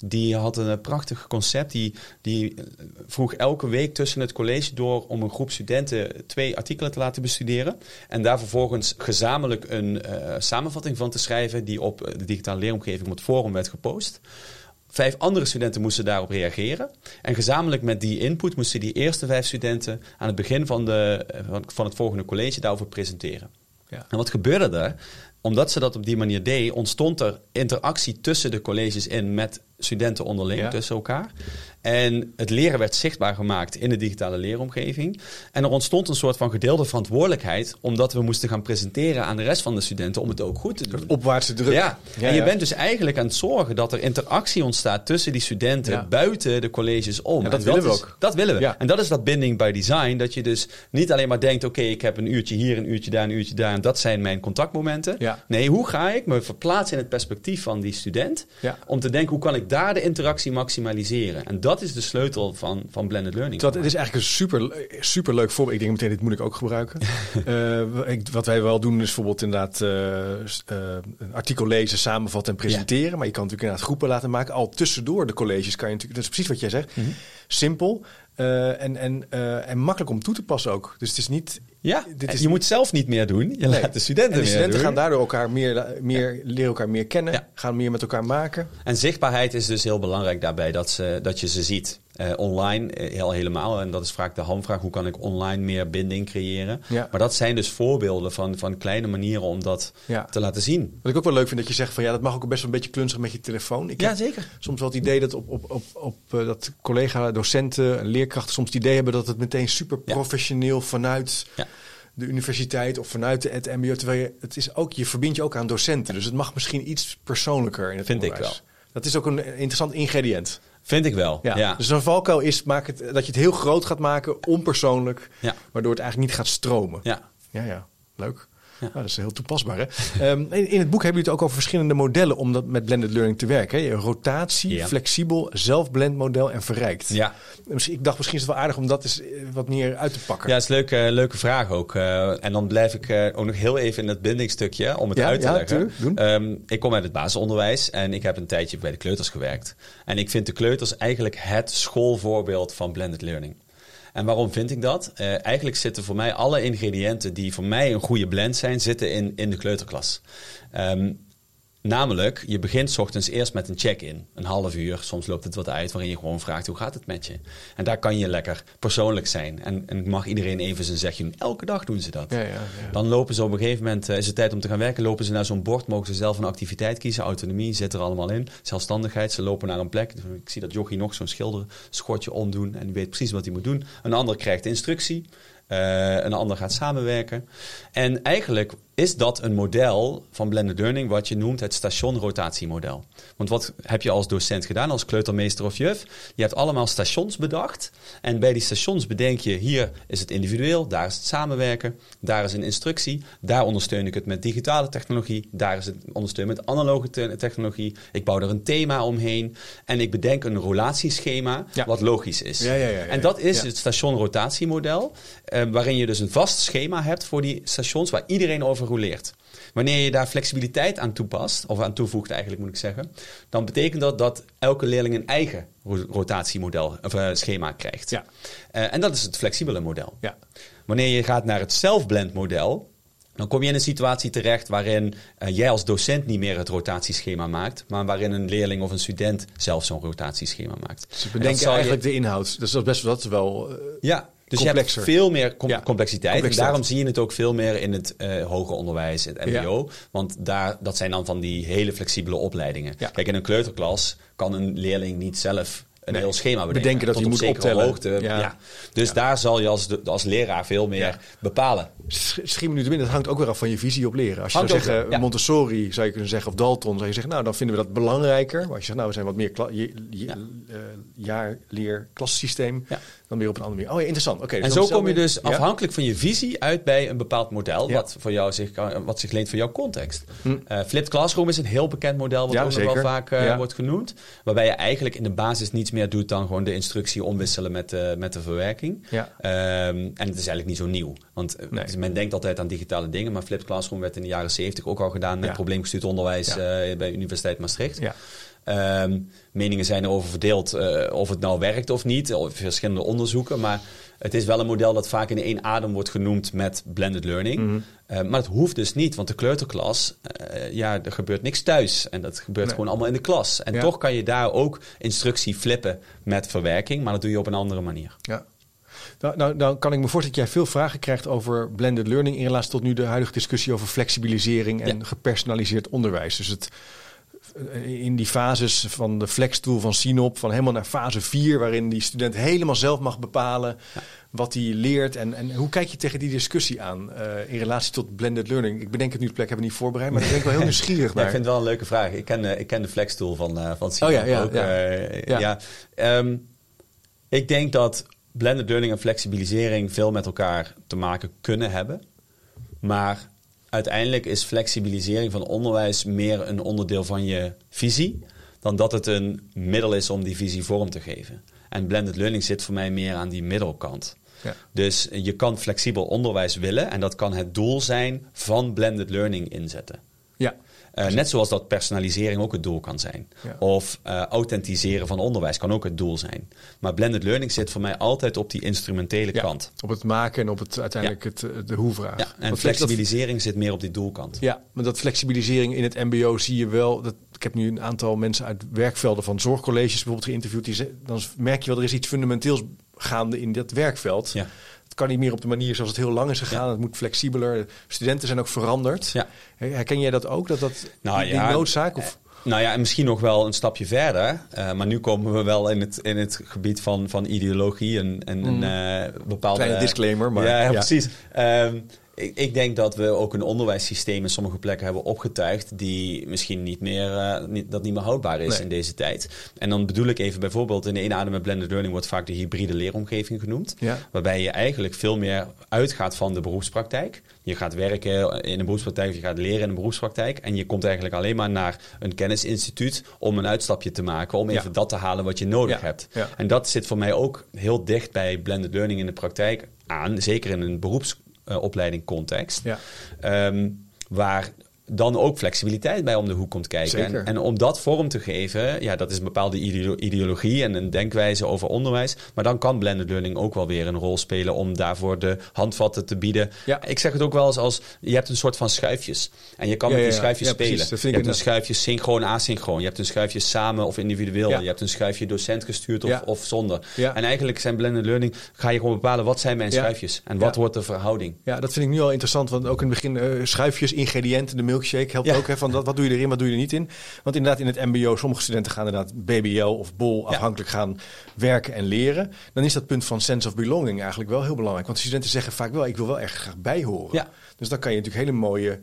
Speaker 2: die had een prachtig concept. Die, die vroeg elke week tussen het college door om een groep studenten twee artikelen te laten bestuderen. En daar vervolgens gezamenlijk een uh, samenvatting van te schrijven die op de digitale leeromgeving op het forum werd gepost. Vijf andere studenten moesten daarop reageren. En gezamenlijk met die input moesten die eerste vijf studenten aan het begin van, de, van het volgende college daarover presenteren. Ja. En wat gebeurde er? Omdat ze dat op die manier deed, ontstond er interactie tussen de colleges in met studenten onderling, ja. tussen elkaar. En het leren werd zichtbaar gemaakt in de digitale leeromgeving. En er ontstond een soort van gedeelde verantwoordelijkheid, omdat we moesten gaan presenteren aan de rest van de studenten om het ook goed te doen.
Speaker 1: Opwaartse druk.
Speaker 2: Ja.
Speaker 1: Ja,
Speaker 2: en je
Speaker 1: ja.
Speaker 2: bent dus eigenlijk aan het zorgen dat er interactie ontstaat tussen die studenten
Speaker 1: ja.
Speaker 2: buiten de colleges om.
Speaker 1: Ja, dat
Speaker 2: en
Speaker 1: willen
Speaker 2: dat
Speaker 1: we
Speaker 2: is,
Speaker 1: ook.
Speaker 2: Dat willen we.
Speaker 1: Ja.
Speaker 2: En dat is dat binding by design, dat je dus niet alleen maar denkt, oké, okay, ik heb een uurtje hier, een uurtje daar, een uurtje daar en dat zijn mijn contactmomenten. Ja. Nee, hoe ga ik me verplaatsen in het perspectief van die student ja. om te denken, hoe kan ik daar de interactie maximaliseren? En dat is de sleutel van, van blended learning.
Speaker 1: Dat, het is eigenlijk een super, super leuk voorbeeld. Ik denk meteen, dit moet ik ook gebruiken. uh, ik, wat wij wel doen is bijvoorbeeld inderdaad uh, uh, een artikel lezen, samenvatten en presenteren. Ja. Maar je kan natuurlijk inderdaad groepen laten maken. Al tussendoor de colleges kan je natuurlijk, dat is precies wat jij zegt. Mm-hmm. Simpel uh, en, en, uh, en makkelijk om toe te passen ook. Dus het is niet...
Speaker 2: Ja,
Speaker 1: dit is
Speaker 2: je moet zelf niet meer doen. Je nee. laat de studenten
Speaker 1: En de studenten
Speaker 2: meer
Speaker 1: gaan daardoor elkaar meer, meer leren elkaar meer kennen. Ja. Gaan meer met elkaar maken.
Speaker 2: En zichtbaarheid is dus heel belangrijk daarbij. Dat, ze, dat je ze ziet. Uh, online uh, heel helemaal. En dat is vaak de hamvraag. Hoe kan ik online meer binding creëren? Ja. Maar dat zijn dus voorbeelden van, van kleine manieren om dat ja. te laten zien.
Speaker 1: Wat ik ook wel leuk vind dat je zegt van ja, dat mag ook best wel een beetje klunzig met je telefoon. Ik
Speaker 2: ja,
Speaker 1: heb
Speaker 2: zeker.
Speaker 1: Soms wel het idee dat op, op, op, op uh, dat collega, docenten en leerkrachten soms het idee hebben dat het meteen super professioneel ja. vanuit ja. de universiteit of vanuit de, het M B O. Terwijl je, het is ook, je verbindt je ook aan docenten. Dus het mag misschien iets persoonlijker in het
Speaker 2: Vind
Speaker 1: onderwijs.
Speaker 2: Ik wel.
Speaker 1: Dat is ook een interessant ingrediënt.
Speaker 2: Vind ik wel, ja. ja.
Speaker 1: Dus een valkuil is maak het, dat je het heel groot gaat maken, onpersoonlijk, ja. waardoor het eigenlijk niet gaat stromen.
Speaker 2: Ja,
Speaker 1: ja, ja. Leuk. Ja. Nou, dat is heel toepasbaar. Hè? um, in, in het boek hebben jullie het ook over verschillende modellen om dat met blended learning te werken. Hè? Rotatie, ja. flexibel, zelfblend model en verrijkt. Ja. Ik dacht misschien is het wel aardig om dat eens wat meer uit te pakken.
Speaker 2: Ja, dat is een leuke, leuke vraag ook. Uh, en dan blijf ik uh, ook nog heel even in het bindingstukje om het ja, uit te
Speaker 1: ja,
Speaker 2: leggen.
Speaker 1: Tuurlijk,
Speaker 2: um, ik kom uit het basisonderwijs en ik heb een tijdje bij de kleuters gewerkt. En ik vind de kleuters eigenlijk het schoolvoorbeeld van blended learning. En waarom vind ik dat? Uh, eigenlijk zitten voor mij alle ingrediënten die voor mij een goede blend zijn, zitten in, in de kleuterklas. Um, namelijk, je begint 's ochtends eerst met een check-in. Een half uur, soms loopt het wat uit, waarin je gewoon vraagt, hoe gaat het met je? En daar kan je lekker persoonlijk zijn. En, en mag iedereen even zijn zegje doen. Elke dag doen ze dat. Ja, ja, ja. Dan lopen ze op een gegeven moment, uh, is het tijd om te gaan werken, lopen ze naar zo'n bord, mogen ze zelf een activiteit kiezen, autonomie zit er allemaal in, zelfstandigheid, ze lopen naar een plek. Ik zie dat Jochie nog zo'n schilder, schotje omdoen en die weet precies wat hij moet doen. Een ander krijgt instructie. Uh, een ander gaat samenwerken. En eigenlijk is dat een model van blended learning wat je noemt het stationrotatiemodel. Want wat heb je als docent gedaan, als kleutermeester of juf? Je hebt allemaal stations bedacht. En bij die stations bedenk je, hier is het individueel, daar is het samenwerken, daar is een instructie, daar ondersteun ik het met digitale technologie, daar is het ondersteun met analoge te- technologie. Ik bouw er een thema omheen en ik bedenk een relatieschema ja. wat logisch is. Ja, ja, ja, ja, en dat is ja. het stationrotatiemodel. Uh, waarin je dus een vast schema hebt voor die stations waar iedereen over rouleert. Wanneer je daar flexibiliteit aan toepast, of aan toevoegt eigenlijk moet ik zeggen, dan betekent dat dat elke leerling een eigen rotatiemodel of uh, schema krijgt. Ja. Uh, en dat is het flexibele model. Ja. Wanneer je gaat naar het self-blend model, dan kom je in een situatie terecht waarin uh, jij als docent niet meer het rotatieschema maakt, maar waarin een leerling of een student zelf zo'n rotatieschema maakt.
Speaker 1: Dus bedenken eigenlijk je... de inhoud. Dus dat is best dat is wel uh,
Speaker 2: ja. Dus complexer. Je hebt veel meer com- ja. complexiteit. complexiteit. En daarom zie je het ook veel meer in het uh, hoger onderwijs, het M B O. Ja. Want daar, dat zijn dan van die hele flexibele opleidingen. Ja. Kijk, in een kleuterklas kan een leerling niet zelf een nee. heel schema bedenken.
Speaker 1: Bedenken dat hij moet optellen.
Speaker 2: Hoogte. Ja. Ja. Dus ja. daar zal je als, de, als leraar veel meer ja. bepalen.
Speaker 1: Schiet me nu te binnen, dat hangt ook weer af van je visie op leren. Als je hangt zou zeggen, ja. Montessori zou je kunnen zeggen, of Dalton zou je zeggen, nou dan vinden we dat belangrijker. Maar als je zegt, nou we zijn wat meer kla- je, je, ja. uh, jaarleerklassysteem, ja. dan weer op een andere manier. Oh ja, interessant. Okay, dus
Speaker 2: en zo kom je dus weer, afhankelijk ja? van je visie uit bij een bepaald model, ja. wat, voor jou zich, wat zich leent voor jouw context. Hm. Uh, Flipped Classroom is een heel bekend model, wat ja, ook nog wel vaak uh, ja. wordt genoemd. Waarbij je eigenlijk in de basis niets meer doet dan gewoon de instructie omwisselen met de, met de verwerking. Ja. Um, en het is eigenlijk niet zo nieuw. Want nee. men denkt altijd aan digitale dingen, maar Flipped Classroom werd in de jaren zeventig ook al gedaan met ja. probleemgestuurd onderwijs ja. uh, bij Universiteit Maastricht. Ja. Um, meningen zijn erover verdeeld uh, of het nou werkt of niet. Of verschillende onderzoeken. Maar het is wel een model dat vaak in één adem wordt genoemd met blended learning. Mm-hmm. Uh, maar dat hoeft dus niet, want de kleuterklas, uh, ja, er gebeurt niks thuis. En dat gebeurt nee. gewoon allemaal in de klas. En ja. toch kan je daar ook instructie flippen met verwerking. Maar dat doe je op een andere manier.
Speaker 1: Ja. Nou, nou, nou kan ik me voorstellen dat jij veel vragen krijgt over blended learning in relatie tot nu de huidige discussie over flexibilisering en ja. gepersonaliseerd onderwijs. Dus het in die fases van de flextool van Sinop, van helemaal naar fase vier, waarin die student helemaal zelf mag bepalen ja. wat hij leert. En, en hoe kijk je tegen die discussie aan uh, in relatie tot blended learning? Ik bedenk het nu, de plek hebben we niet voorbereid, maar daar ben ik wel heel nieuwsgierig naar.
Speaker 2: Ja, ik vind het wel een leuke vraag. Ik ken, uh, ik ken de flextool van, uh, van Sinop
Speaker 1: oh, ja, ja,
Speaker 2: ook.
Speaker 1: Ja.
Speaker 2: Uh, ja. Ja. Um, ik denk dat blended learning en flexibilisering veel met elkaar te maken kunnen hebben. Maar uiteindelijk is flexibilisering van onderwijs meer een onderdeel van je visie dan dat het een middel is om die visie vorm te geven. En blended learning zit voor mij meer aan die middelkant. Ja. Dus je kan flexibel onderwijs willen en dat kan het doel zijn van blended learning inzetten. Ja. Uh, net zoals dat personalisering ook het doel kan zijn. Ja. Of uh, authentiseren van onderwijs kan ook het doel zijn. Maar blended learning zit voor mij altijd op die instrumentele
Speaker 1: ja,
Speaker 2: kant.
Speaker 1: Op het maken en op het uiteindelijk ja. het, de hoe-vraag.
Speaker 2: Ja, en Want flexibilisering dat, zit meer op die doelkant.
Speaker 1: Ja, maar dat flexibilisering in het mbo zie je wel. Dat, ik heb nu een aantal mensen uit werkvelden van zorgcolleges bijvoorbeeld geïnterviewd. Die, dan merk je wel, er is iets fundamenteels gaande in dat werkveld. Ja. Het kan niet meer op de manier zoals het heel lang is gegaan. Ja. Het moet flexibeler. Studenten zijn ook veranderd. Ja. Herken jij dat ook? Dat dat
Speaker 2: nou,
Speaker 1: die,
Speaker 2: ja,
Speaker 1: die noodzaak? Of?
Speaker 2: Nou ja, en misschien nog wel een stapje verder. Uh, maar nu komen we wel in het, in het gebied van, van ideologie en, en mm. een uh, bepaalde...
Speaker 1: Kleine disclaimer, maar...
Speaker 2: Ja, ja, ja. precies. Um, Ik, ik denk dat we ook een onderwijssysteem in sommige plekken hebben opgetuigd die misschien niet meer, uh, niet, dat niet meer houdbaar is nee. in deze tijd. En dan bedoel ik even bijvoorbeeld in de ene adem met blended learning wordt vaak de hybride leeromgeving genoemd. Ja. Waarbij je eigenlijk veel meer uitgaat van de beroepspraktijk. Je gaat werken in een beroepspraktijk of je gaat leren in een beroepspraktijk. En je komt eigenlijk alleen maar naar een kennisinstituut om een uitstapje te maken. Om even ja. dat te halen wat je nodig ja. hebt. Ja. En dat zit voor mij ook heel dicht bij blended learning in de praktijk aan. Zeker in een beroeps Uh, opleiding context. Ja. Um, waar dan ook flexibiliteit bij om de hoek komt kijken. En, en om dat vorm te geven, ja, dat is een bepaalde ideo- ideologie en een denkwijze over onderwijs. Maar dan kan blended learning ook wel weer een rol spelen om daarvoor de handvatten te bieden. Ja. Ik zeg het ook wel eens als, je hebt een soort van schuifjes. En je kan ja, met die schuifjes ja, ja, spelen. Precies, je hebt een schuifje synchroon, asynchroon. Je hebt een schuifje samen of individueel. Ja. Je hebt een schuifje docent gestuurd of, ja. of zonder. Ja. En eigenlijk zijn blended learning, ga je gewoon bepalen wat zijn mijn ja. schuifjes. En wat ja. wordt de verhouding.
Speaker 1: Ja, dat vind ik nu al interessant. Want ook in het begin uh, schuifjes, ingrediënten, de milkshake helpt ja. ook. Hè, van dat, wat doe je erin, wat doe je er niet in? Want inderdaad in het mbo, sommige studenten gaan inderdaad B B L of B O L afhankelijk ja. gaan werken en leren. Dan is dat punt van sense of belonging eigenlijk wel heel belangrijk. Want studenten zeggen vaak wel, ik wil wel echt graag bijhoren. Ja. Dus dan kan je natuurlijk hele mooie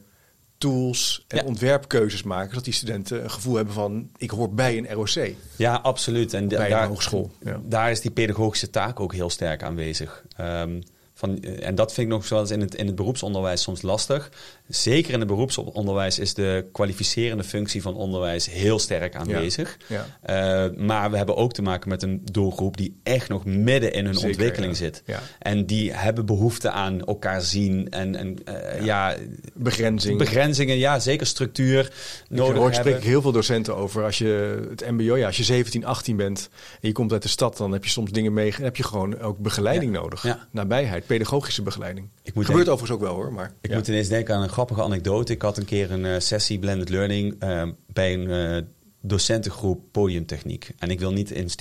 Speaker 1: tools en ja. ontwerpkeuzes maken, zodat die studenten een gevoel hebben van, ik hoor bij een R O C.
Speaker 2: Ja, absoluut. En
Speaker 1: bij
Speaker 2: daar,
Speaker 1: een hogeschool. Ja.
Speaker 2: Daar is die pedagogische taak ook heel sterk aanwezig. Um, Van, en dat vind ik nog zoals in het, in het beroepsonderwijs soms lastig. Zeker in het beroepsonderwijs is de kwalificerende functie van onderwijs heel sterk aanwezig. Ja, ja. Uh, maar we hebben ook te maken met een doelgroep die echt nog midden in hun Zeker, ontwikkeling ja. zit. Ja. En die hebben behoefte aan elkaar zien en, en uh, ja.
Speaker 1: ja, begrenzing.
Speaker 2: begrenzingen. Ja, zeker structuur nodig
Speaker 1: hoor, hebben. Ik spreek heel veel docenten over. Als je het mbo, ja, als je zeventien, achttien bent en je komt uit de stad, dan heb je soms dingen mee. Dan heb je gewoon ook begeleiding ja. nodig. Ja. Nabijheid. Pedagogische begeleiding. Ik moet Gebeurt denk, overigens ook wel hoor. Maar,
Speaker 2: ik
Speaker 1: ja.
Speaker 2: moet ineens denken aan een grappige anekdote. Ik had een keer een uh, sessie blended learning uh, bij een uh, docentengroep podiumtechniek. En ik wil niet in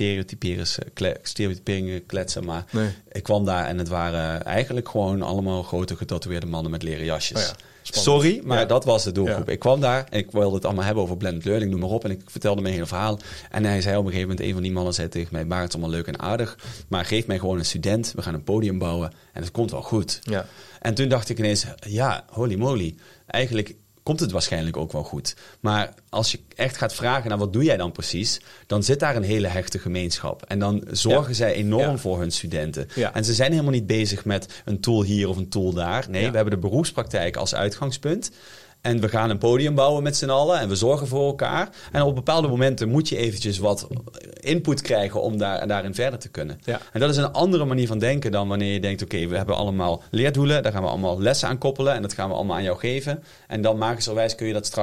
Speaker 2: stereotyperingen kletsen, maar nee. ik kwam daar en het waren eigenlijk gewoon allemaal grote getatoeëerde mannen met leren jasjes. Oh ja. Sorry, maar ja. dat was de doelgroep. Ja. Ik kwam daar en ik wilde het allemaal hebben over blended learning, noem maar op. En ik vertelde mijn hele verhaal. En hij zei op een gegeven moment, een van die mannen zei tegen mij, maar het is allemaal leuk en aardig, maar geef mij gewoon een student. We gaan een podium bouwen en het komt wel goed. Ja. En toen dacht ik ineens, ja, holy moly. Eigenlijk komt het waarschijnlijk ook wel goed. Maar als je echt gaat vragen naar wat doe jij dan precies, dan zit daar een hele hechte gemeenschap. En dan zorgen ja. zij enorm ja. voor hun studenten. Ja. En ze zijn helemaal niet bezig met een tool hier of een tool daar. Nee, ja. we hebben de beroepspraktijk als uitgangspunt. En we gaan een podium bouwen met z'n allen en we zorgen voor elkaar. En op bepaalde momenten moet je eventjes wat input krijgen om daar, daarin verder te kunnen. Ja. En dat is een andere manier van denken dan wanneer je denkt, oké, okay, we hebben allemaal leerdoelen, daar gaan we allemaal lessen aan koppelen en dat gaan we allemaal aan jou geven. En dan magischerwijs kun je dat straks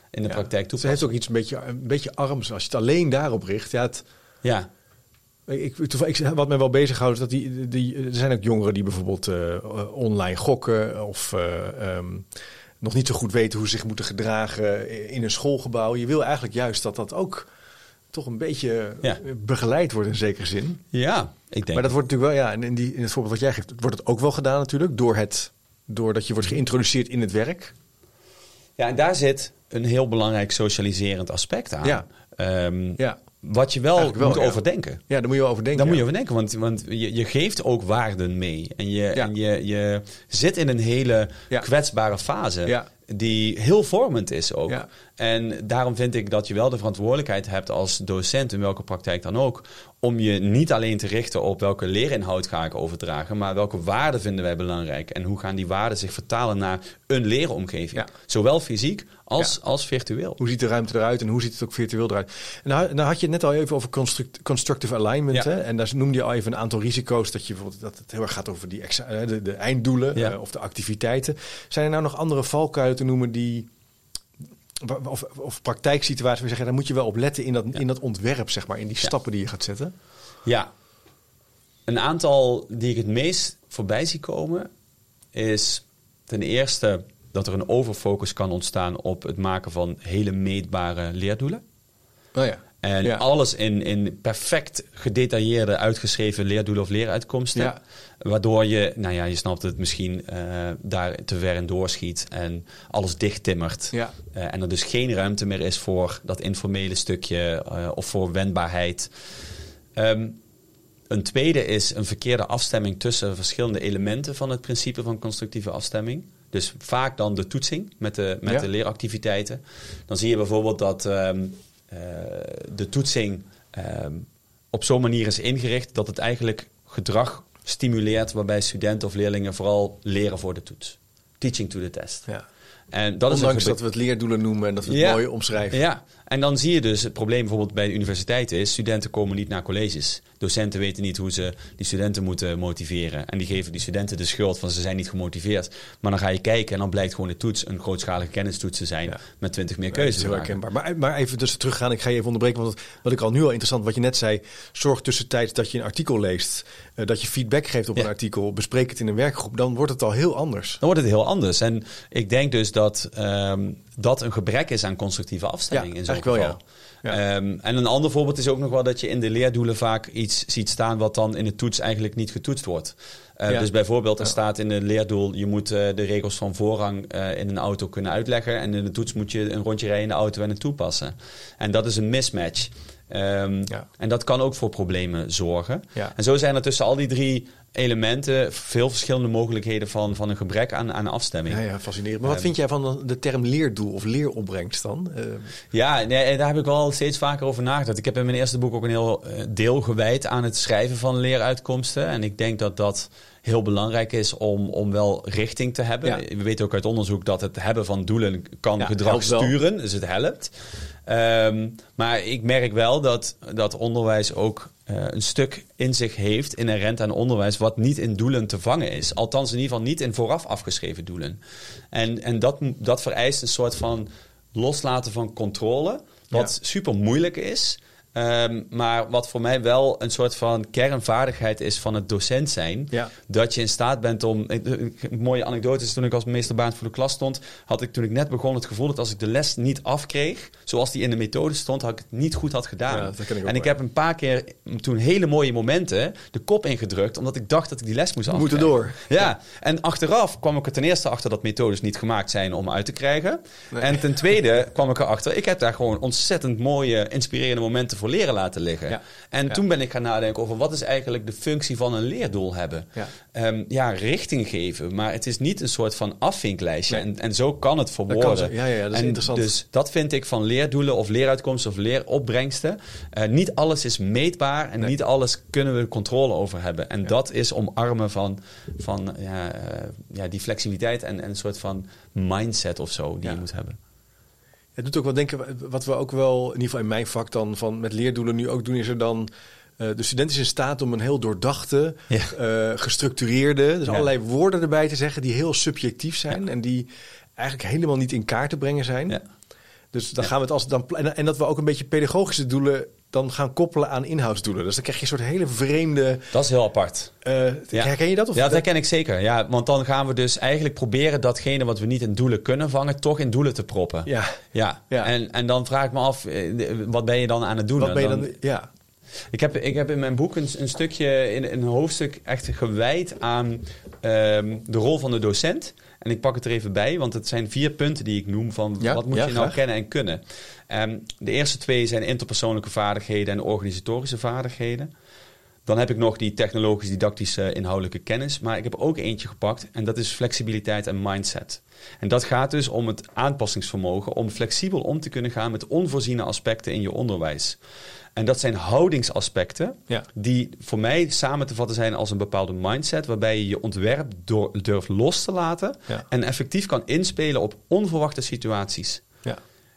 Speaker 2: in de
Speaker 1: ja.
Speaker 2: praktijk toepassen.
Speaker 1: Ze heeft ook iets een beetje, een beetje arms. Als je het alleen daarop richt. Ja, het,
Speaker 2: ja.
Speaker 1: Ik, ik, wat mij wel bezighoudt is dat die, die, er zijn ook jongeren die bijvoorbeeld uh, online gokken of uh, um, nog niet zo goed weten hoe ze zich moeten gedragen in een schoolgebouw. Je wil eigenlijk juist dat dat ook toch een beetje ja. begeleid wordt in zekere zin.
Speaker 2: Ja, ik denk.
Speaker 1: Maar dat wordt natuurlijk wel, ja, in, die, in het voorbeeld wat jij geeft, wordt het ook wel gedaan natuurlijk door het, doordat je wordt geïntroduceerd in het werk.
Speaker 2: Ja, en daar zit een heel belangrijk socialiserend aspect aan.
Speaker 1: Ja.
Speaker 2: Um,
Speaker 1: ja.
Speaker 2: Wat je wel, wel moet ja. overdenken.
Speaker 1: Ja, daar moet je wel overdenken.
Speaker 2: Daar
Speaker 1: ja.
Speaker 2: moet je overdenken, want, want je, je geeft ook waarden mee. En je, ja. en je, je zit in een hele ja. kwetsbare fase ja. die heel vormend is ook. Ja. En daarom vind ik dat je wel de verantwoordelijkheid hebt als docent, in welke praktijk dan ook, om je niet alleen te richten op welke leerinhoud ga ik overdragen, maar welke waarden vinden wij belangrijk en hoe gaan die waarden zich vertalen naar een leeromgeving. Ja. Zowel fysiek als, ja. als virtueel.
Speaker 1: Hoe ziet de ruimte eruit en hoe ziet het ook virtueel eruit? En nou, nou had je het net al even over construct, constructive alignment. Ja. Hè? En daar noemde je al even een aantal risico's, dat je bijvoorbeeld dat het heel erg gaat over die exa- de, de einddoelen ja. uh, of de activiteiten. Zijn er nou nog andere valkuilen te noemen die Of, of praktijksituaties waar je zegt, daar moet je wel op letten in dat, ja. in dat ontwerp, zeg maar, in die ja. stappen die je gaat zetten?
Speaker 2: Ja, een aantal die ik het meest voorbij zie komen is ten eerste dat er een overfocus kan ontstaan op het maken van hele meetbare leerdoelen.
Speaker 1: Oh ja.
Speaker 2: En ja. alles in, in perfect gedetailleerde, uitgeschreven leerdoelen of leeruitkomsten. Ja. Waardoor je, nou ja, je snapt het misschien, uh, daar te ver in doorschiet en alles dichttimmert. Ja. Uh, en er dus geen ruimte meer is voor dat informele stukje uh, of voor wendbaarheid. Um, een tweede is een verkeerde afstemming tussen verschillende elementen van het principe van constructieve afstemming. Dus vaak dan de toetsing met de, met ja. de leeractiviteiten. Dan zie je bijvoorbeeld dat Um, Uh, de toetsing uh, op zo'n manier is ingericht dat het eigenlijk gedrag stimuleert waarbij studenten of leerlingen vooral leren voor de toets. Teaching to the test. Ja. En dat
Speaker 1: Ondanks
Speaker 2: is
Speaker 1: dat we het leerdoelen noemen en dat we het ja. mooi omschrijven.
Speaker 2: Ja, en dan zie je dus het probleem bijvoorbeeld bij de universiteiten is, studenten komen niet naar colleges. Docenten weten niet hoe ze die studenten moeten motiveren. En die geven die studenten de schuld van ze zijn niet gemotiveerd. Maar dan ga je kijken en dan blijkt gewoon de toets een grootschalige kennistoets te zijn ja. met twintig meer keuzes.
Speaker 1: Ja, heel herkenbaar. Maar, maar even dus teruggaan, ik ga je even onderbreken, want wat ik al nu al interessant, wat je net zei, zorg tussentijds dat je een artikel leest, uh, dat je feedback geeft op ja. een artikel, bespreek het in een werkgroep, dan wordt het al heel anders.
Speaker 2: Dan wordt het heel anders. En ik denk dus dat um, dat een gebrek is aan constructieve afstemming ja, in zo'n geval. Wel, ja. Ja. Um, en een ander voorbeeld is ook nog wel dat je in de leerdoelen vaak iets ziet staan wat dan in de toets eigenlijk niet getoetst wordt. Uh, ja. Dus bijvoorbeeld er ja. staat in het leerdoel, je moet uh, de regels van voorrang uh, in een auto kunnen uitleggen. En in de toets moet je een rondje rijden in de auto en het toepassen. En dat is een mismatch. Um, ja. En dat kan ook voor problemen zorgen. Ja. En zo zijn er tussen al die drie elementen veel verschillende mogelijkheden van, van een gebrek aan, aan afstemming.
Speaker 1: Ja, ja, fascinerend. Maar wat um, vind jij van de term leerdoel of leeropbrengst dan? Uh,
Speaker 2: ja, nee, daar heb ik wel steeds vaker over nagedacht. Ik heb in mijn eerste boek ook een heel uh, deel gewijd aan het schrijven van leeruitkomsten. En ik denk dat dat heel belangrijk is om, om wel richting te hebben. Ja. We weten ook uit onderzoek dat het hebben van doelen kan ja, gedrag sturen. Dus het helpt. Um, maar ik merk wel dat, dat onderwijs ook uh, een stuk in zich heeft, inherent aan onderwijs, wat niet in doelen te vangen is. Althans in ieder geval niet in vooraf afgeschreven doelen. En, en dat, dat vereist een soort van loslaten van controle, wat ja. super moeilijk is. Um, maar wat voor mij wel een soort van kernvaardigheid is van het docent zijn. Ja. Dat je in staat bent om... Een mooie anekdote is, toen ik als meesterbaan voor de klas stond, had ik toen ik net begon het gevoel dat als ik de les niet afkreeg, zoals die in de methode stond, had ik het niet goed had gedaan. Ja, dat ken ik ook en ik heb een paar keer toen hele mooie momenten de kop ingedrukt, omdat ik dacht dat ik die les moest afkrijgen.
Speaker 1: We moeten door.
Speaker 2: Ja. ja, en achteraf kwam ik er ten eerste achter dat methodes niet gemaakt zijn om uit te krijgen. Nee. En ten tweede kwam ik erachter, ik heb daar gewoon ontzettend mooie, inspirerende momenten voor leren laten liggen. Ja. En ja. toen ben ik gaan nadenken over wat is eigenlijk de functie van een leerdoel hebben. Ja, um, ja richting geven, maar het is niet een soort van afvinklijstje. Nee. En, en zo kan het verwoorden.
Speaker 1: Ja, ja, dat is
Speaker 2: en
Speaker 1: interessant.
Speaker 2: Dus dat vind ik van leerdoelen of leeruitkomsten of leeropbrengsten. Uh, niet alles is meetbaar en nee. niet alles kunnen we controle over hebben. En ja. dat is omarmen van, van ja, uh, ja, die flexibiliteit en, en een soort van mindset of zo die ja. je moet hebben.
Speaker 1: Het doet ook wel denken, wat we ook wel, in ieder geval in mijn vak dan, van met leerdoelen nu ook doen, is er dan, uh, de student is in staat om een heel doordachte, ja. uh, gestructureerde, dus ja. allerlei woorden erbij te zeggen die heel subjectief zijn ja. en die eigenlijk helemaal niet in kaart te brengen zijn. Ja. Dus dan
Speaker 2: Ja.
Speaker 1: gaan we het als dan en, en dat we ook een beetje pedagogische doelen dan gaan koppelen aan inhoudsdoelen. Dus dan krijg je een soort hele vreemde.
Speaker 2: Dat is heel apart.
Speaker 1: Uh,
Speaker 2: Ja.
Speaker 1: Herken je dat? Of
Speaker 2: Ja, dat herken ik zeker. Ja, want dan gaan we dus eigenlijk proberen datgene wat we niet in doelen kunnen vangen, toch in doelen te proppen.
Speaker 1: Ja.
Speaker 2: Ja.
Speaker 1: Ja.
Speaker 2: En, en dan vraag ik me af, eh, wat ben je dan aan het doen?
Speaker 1: Wat ben je dan?
Speaker 2: dan
Speaker 1: Ja.
Speaker 2: Ik heb, ik heb in mijn boek een, een stukje, in, een hoofdstuk echt gewijd aan um, de rol van de docent. En ik pak het er even bij, want het zijn vier punten die ik noem van
Speaker 1: Ja,
Speaker 2: wat moet
Speaker 1: ja,
Speaker 2: je nou
Speaker 1: graag.
Speaker 2: kennen en kunnen. Um, de eerste twee zijn interpersoonlijke vaardigheden en organisatorische vaardigheden. Dan heb ik nog die technologisch-didactische inhoudelijke kennis. Maar ik heb ook eentje gepakt en dat is flexibiliteit en mindset. En dat gaat dus om het aanpassingsvermogen om flexibel om te kunnen gaan met onvoorziene aspecten in je onderwijs. En dat zijn houdingsaspecten
Speaker 1: Ja.
Speaker 2: die voor mij samen te vatten zijn als een bepaalde mindset, waarbij je je ontwerp door, durft los te laten
Speaker 1: Ja.
Speaker 2: en effectief kan inspelen op onverwachte situaties.
Speaker 1: Ja.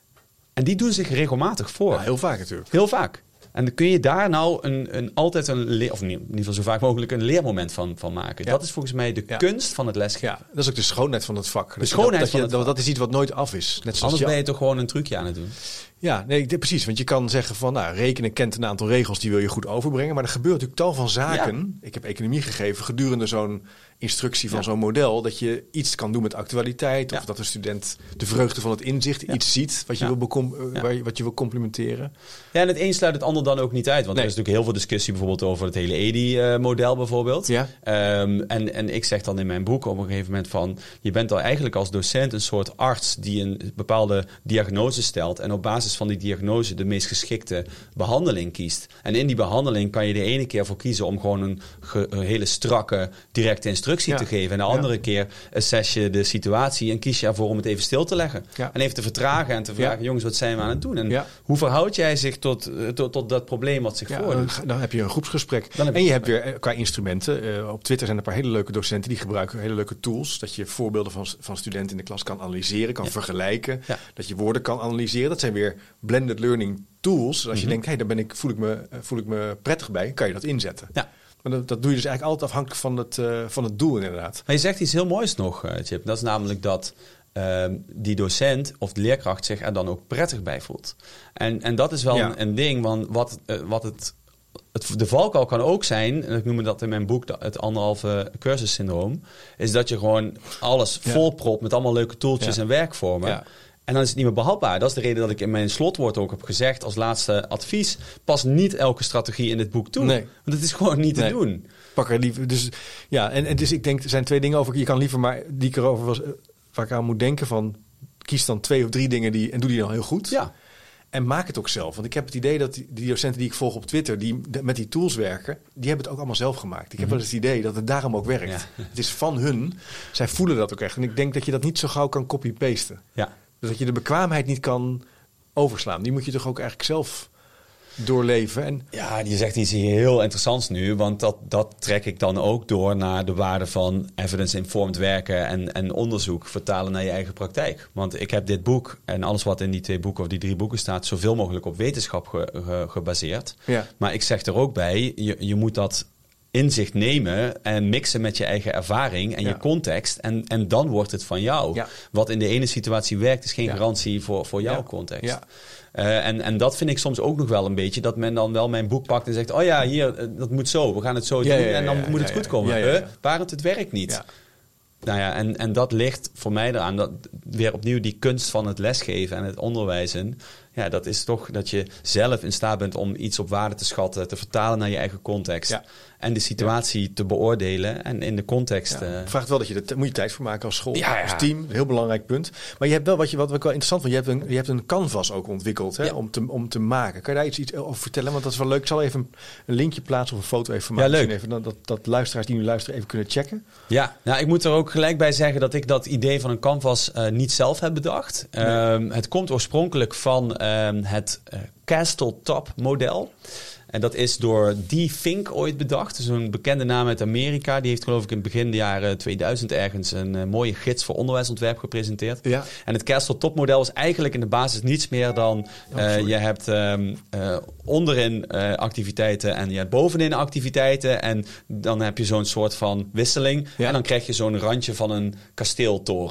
Speaker 2: En die doen zich regelmatig voor.
Speaker 1: Ja, heel vaak natuurlijk.
Speaker 2: Heel vaak. En dan kun je daar nou een, een, altijd een, leer, of in ieder geval zo vaak mogelijk een leermoment van, van maken.
Speaker 1: Ja.
Speaker 2: Dat is volgens mij de
Speaker 1: Ja.
Speaker 2: kunst van het lesgeven.
Speaker 1: Ja, dat is ook de schoonheid van het vak. Dat je
Speaker 2: schoonheid
Speaker 1: dat, dat,
Speaker 2: van
Speaker 1: je,
Speaker 2: het
Speaker 1: dat,
Speaker 2: vak.
Speaker 1: dat is iets wat nooit af is. Net zoals
Speaker 2: Anders
Speaker 1: je,
Speaker 2: ben je toch gewoon een trucje aan het doen.
Speaker 1: Ja, nee, dit- precies. Want je kan zeggen van, nou, rekenen kent een aantal regels, die wil je goed overbrengen. Maar er gebeurt natuurlijk tal van zaken. Ik heb economie gegeven gedurende zo'n instructie van
Speaker 2: Ja.
Speaker 1: zo'n model, dat je iets kan doen met actualiteit. Of
Speaker 2: Ja.
Speaker 1: dat de student de vreugde van het inzicht
Speaker 2: Ja.
Speaker 1: iets ziet wat je,
Speaker 2: Ja.
Speaker 1: wil, becom- eh,
Speaker 2: Ja.
Speaker 1: waar je, wat je wil complementeren.
Speaker 2: Ja, en het een sluit het ander dan ook niet uit. Want
Speaker 1: Nee.
Speaker 2: er is natuurlijk heel veel discussie bijvoorbeeld over het hele E D I-model bijvoorbeeld.
Speaker 1: Ja.
Speaker 2: Ehm, en, en ik zeg dan in mijn boek op een gegeven moment van, je bent al eigenlijk als docent een soort arts die een bepaalde diagnose stelt en op basis van die diagnose de meest geschikte behandeling kiest. En in die behandeling kan je de ene keer voor kiezen om gewoon een, ge- een hele strakke, directe instructie
Speaker 1: Ja.
Speaker 2: te geven. En de
Speaker 1: Ja.
Speaker 2: andere keer assess je de situatie en kies je ervoor om het even stil te leggen.
Speaker 1: Ja.
Speaker 2: En even te vertragen en te vragen,
Speaker 1: Ja.
Speaker 2: jongens, wat zijn we aan het doen? En
Speaker 1: Ja.
Speaker 2: hoe verhoudt jij zich tot, eh, tot, tot dat probleem wat zich
Speaker 1: Ja, dan,
Speaker 2: voordoet?
Speaker 1: dan heb je een groepsgesprek.
Speaker 2: Dan heb je
Speaker 1: en je
Speaker 2: een
Speaker 1: hebt weer eh, qua instrumenten. eh, op Twitter zijn er een paar hele leuke docenten die gebruiken hele leuke tools. Dat je voorbeelden van, van studenten in de klas kan analyseren, kan
Speaker 2: Ja.
Speaker 1: vergelijken.
Speaker 2: Ja.
Speaker 1: Dat je woorden kan analyseren. Dat zijn weer blended learning tools. Dus als je
Speaker 2: Mhm.
Speaker 1: denkt, hey, daar ben ik, voel, ik me, eh, voel ik me prettig bij, kan je dat inzetten.
Speaker 2: Ja.
Speaker 1: Maar dat, dat doe je dus eigenlijk altijd afhankelijk van het, eh, van het doel inderdaad.
Speaker 2: Maar je zegt iets heel moois nog, eh, Chip. Dat is namelijk dat ehm, die docent of de leerkracht zich er dan ook prettig bij voelt. En, en dat is wel
Speaker 1: Ja.
Speaker 2: een, een ding, want wat, eh, wat het, het... De valkuil kan ook zijn, en ik noem dat in mijn boek de- het anderhalve cursussyndroom, is dat je gewoon alles
Speaker 1: Ja.
Speaker 2: volpropt met allemaal leuke tooltjes
Speaker 1: Ja.
Speaker 2: en werkvormen.
Speaker 1: Ja.
Speaker 2: En dan is het niet meer behapbaar. Dat is de reden dat ik in mijn slotwoord ook heb gezegd als laatste advies, pas niet elke strategie in dit boek toe.
Speaker 1: Nee.
Speaker 2: Want het is gewoon niet
Speaker 1: Nee.
Speaker 2: te doen.
Speaker 1: Pak er liever. Dus ja, en, en dus ik denk, er zijn twee dingen over. Je kan liever maar die ik erover was, eh, waar ik aan moet denken van, kies dan twee of drie dingen die en doe die dan heel goed.
Speaker 2: Ja.
Speaker 1: En maak het ook zelf. Want ik heb het idee dat die, die docenten die ik volg op Twitter, die de- met die tools werken, die hebben het ook allemaal zelf gemaakt. Ik heb wel eens het idee dat het daarom ook werkt.
Speaker 2: Ja.
Speaker 1: Het is van hun. Zij voelen dat ook echt. En ik denk dat je dat niet zo gauw kan copy-pasten.
Speaker 2: Ja.
Speaker 1: Dus dat je de bekwaamheid niet kan overslaan. Die moet je toch ook eigenlijk zelf doorleven. En
Speaker 2: Ja, je zegt iets heel interessants nu, want dat, dat trek ik dan ook door naar de waarde van evidence-informed werken en, en onderzoek vertalen naar je eigen praktijk. Want ik heb dit boek en alles wat in die twee boeken of die drie boeken staat, zoveel mogelijk op wetenschap ge- ge- gebaseerd.
Speaker 1: ja,
Speaker 2: Maar ik zeg er ook bij, je, je moet dat inzicht nemen en mixen met je eigen ervaring en
Speaker 1: Ja.
Speaker 2: je context. En, en dan wordt het van jou.
Speaker 1: Ja.
Speaker 2: Wat in de ene situatie werkt, is geen
Speaker 1: Ja.
Speaker 2: garantie voor, voor jouw
Speaker 1: Ja.
Speaker 2: context.
Speaker 1: Ja.
Speaker 2: Uh, en, en dat vind ik soms ook nog wel een beetje, dat men dan wel mijn boek pakt en zegt, oh ja, hier, uh, dat moet zo, we gaan het zo
Speaker 1: Ja,
Speaker 2: doen
Speaker 1: ja, ja,
Speaker 2: en dan
Speaker 1: ja,
Speaker 2: moet
Speaker 1: ja,
Speaker 2: het
Speaker 1: ja.
Speaker 2: goed komen.
Speaker 1: Ja, ja, ja.
Speaker 2: Huh? Barend, het werkt niet.
Speaker 1: Ja.
Speaker 2: Nou ja, en, en dat ligt voor mij eraan, dat weer opnieuw die kunst van het lesgeven en het onderwijzen. Ja, dat is toch dat je zelf in staat bent om iets op waarde te schatten, te vertalen naar je eigen context.
Speaker 1: Ja.
Speaker 2: En de situatie te beoordelen en in de context.
Speaker 1: Ja.
Speaker 2: uh,
Speaker 1: Het vraagt wel dat je er moet je tijd voor maken als school,
Speaker 2: Ja, ja.
Speaker 1: als team. Een heel belangrijk punt. Maar je hebt wel wat je wat ik wel interessant vond. Je hebt een je hebt een canvas ook ontwikkeld, hè,
Speaker 2: Ja.
Speaker 1: om te om te maken. Kan je daar iets, iets over vertellen? Want dat is wel leuk. Ik zal even een, een linkje plaatsen of een foto even maken.
Speaker 2: Ja, leuk.
Speaker 1: Misschien Even, dat, dat luisteraars die nu luisteren even kunnen checken.
Speaker 2: Ja, nou, ik moet er ook gelijk bij zeggen dat ik dat idee van een canvas uh, niet zelf heb bedacht.
Speaker 1: Nee.
Speaker 2: Um, het komt oorspronkelijk van um, het uh, Castle Top model. En dat is door Dee Fink ooit bedacht. Dus een bekende naam uit Amerika. Die heeft geloof ik in het begin de jaren tweeduizend ergens een uh, mooie gids voor onderwijsontwerp gepresenteerd.
Speaker 1: Ja.
Speaker 2: En het Castle Top model is eigenlijk in de basis niets meer dan uh,
Speaker 1: Oh,
Speaker 2: je hebt um, uh, onderin uh, activiteiten en je hebt bovenin activiteiten. En dan heb je zo'n soort van wisseling.
Speaker 1: Ja.
Speaker 2: En dan krijg je zo'n randje van een kasteeltoren.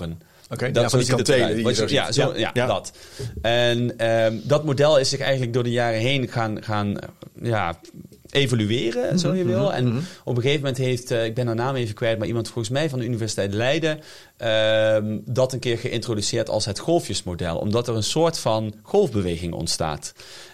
Speaker 1: Okay,
Speaker 2: dat
Speaker 1: ja, van die
Speaker 2: zo ziet het
Speaker 1: kantelen
Speaker 2: eruit.
Speaker 1: die
Speaker 2: Wat
Speaker 1: je
Speaker 2: je-
Speaker 1: zo
Speaker 2: ja,
Speaker 1: ziet.
Speaker 2: zo,
Speaker 1: Ja.
Speaker 2: ja,
Speaker 1: Ja.
Speaker 2: dat. En ehm, dat model is zich eigenlijk door de jaren heen gaan, gaan eh, ja, evolueren, zo je wil. En op een gegeven moment heeft, uh, ik ben haar naam even kwijt, maar iemand volgens mij van de Universiteit Leiden uh, dat een keer geïntroduceerd als het golfjesmodel. Omdat er een soort van golfbeweging ontstaat.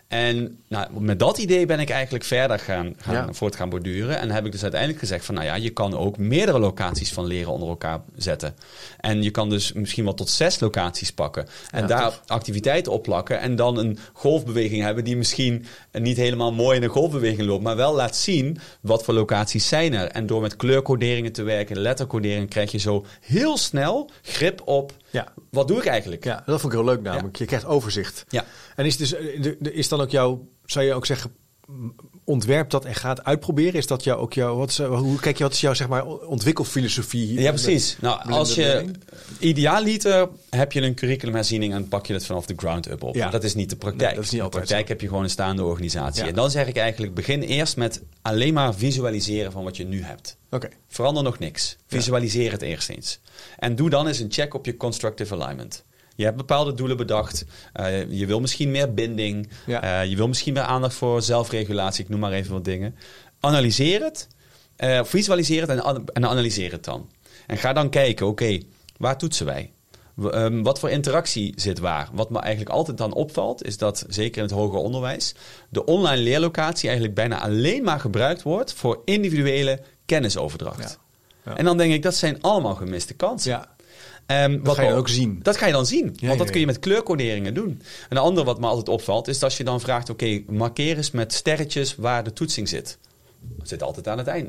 Speaker 2: En nou, met dat idee ben ik eigenlijk verder gaan, gaan
Speaker 1: Ja.
Speaker 2: voort gaan borduren. En heb ik dus uiteindelijk gezegd van, nou ja, je kan ook meerdere locaties van leren onder elkaar zetten. En je kan dus misschien wel tot zes locaties pakken. En
Speaker 1: Ja,
Speaker 2: daar
Speaker 1: tof.
Speaker 2: activiteiten op plakken. En dan een golfbeweging hebben die misschien niet helemaal mooi in een golfbeweging loopt. Maar wel laat zien wat voor locaties zijn er. En door met kleurcoderingen te werken, lettercoderingen, krijg je zo heel snel grip op
Speaker 1: Ja.
Speaker 2: wat doe ik eigenlijk.
Speaker 1: Ja, dat vond ik heel leuk namelijk. Je krijgt overzicht.
Speaker 2: Ja.
Speaker 1: En is, dus, eh, de- de- is dan ook jouw, zou je ook zeggen, m, ontwerp dat en ga het uitproberen? Is dat jou ook jouw, wat is, eh, hoe kijk je, wat is jouw zeg maar ontwikkelfilosofie?
Speaker 2: Ja, precies. Nou,
Speaker 1: blended
Speaker 2: als je
Speaker 1: learning?
Speaker 2: idealiter heb je een curriculumherziening en pak je het vanaf de ground up op.
Speaker 1: Ja.
Speaker 2: Maar dat is niet de praktijk.
Speaker 1: Nee, dat is niet
Speaker 2: in de
Speaker 1: altijd
Speaker 2: praktijk
Speaker 1: zo.
Speaker 2: heb je gewoon een staande organisatie.
Speaker 1: Ja.
Speaker 2: En dan zeg ik eigenlijk, begin eerst met alleen maar visualiseren van wat je nu hebt.
Speaker 1: Oké.
Speaker 2: Verander nog niks. Visualiseer het eerst eens. En doe dan eens een check op je constructive alignment. Je hebt bepaalde doelen bedacht. Uh, je wil misschien meer binding.
Speaker 1: Ja.
Speaker 2: Uh, je wil misschien meer aandacht voor zelfregulatie. Ik noem maar even wat dingen. Analyseer het. Uh, visualiseer het en, en analyseer het dan. En ga dan kijken, oké, okay, waar toetsen wij? W- um, wat voor interactie zit waar? Wat me eigenlijk altijd dan opvalt, is dat zeker in het hoger onderwijs de online leerlocatie eigenlijk bijna alleen maar gebruikt wordt voor individuele kennisoverdracht.
Speaker 1: Ja. Ja.
Speaker 2: En dan denk ik, dat zijn allemaal gemiste kansen.
Speaker 1: Ja.
Speaker 2: Um,
Speaker 1: Dat ga je ook zien.
Speaker 2: Dat ga je dan zien,
Speaker 1: Ja,
Speaker 2: want dat
Speaker 1: ja,
Speaker 2: kun je
Speaker 1: ja.
Speaker 2: met kleurcoderingen doen. Een ander wat me altijd opvalt, is dat als je dan vraagt, oké, okay, markeer eens met sterretjes waar de toetsing zit. Dat zit altijd aan het einde.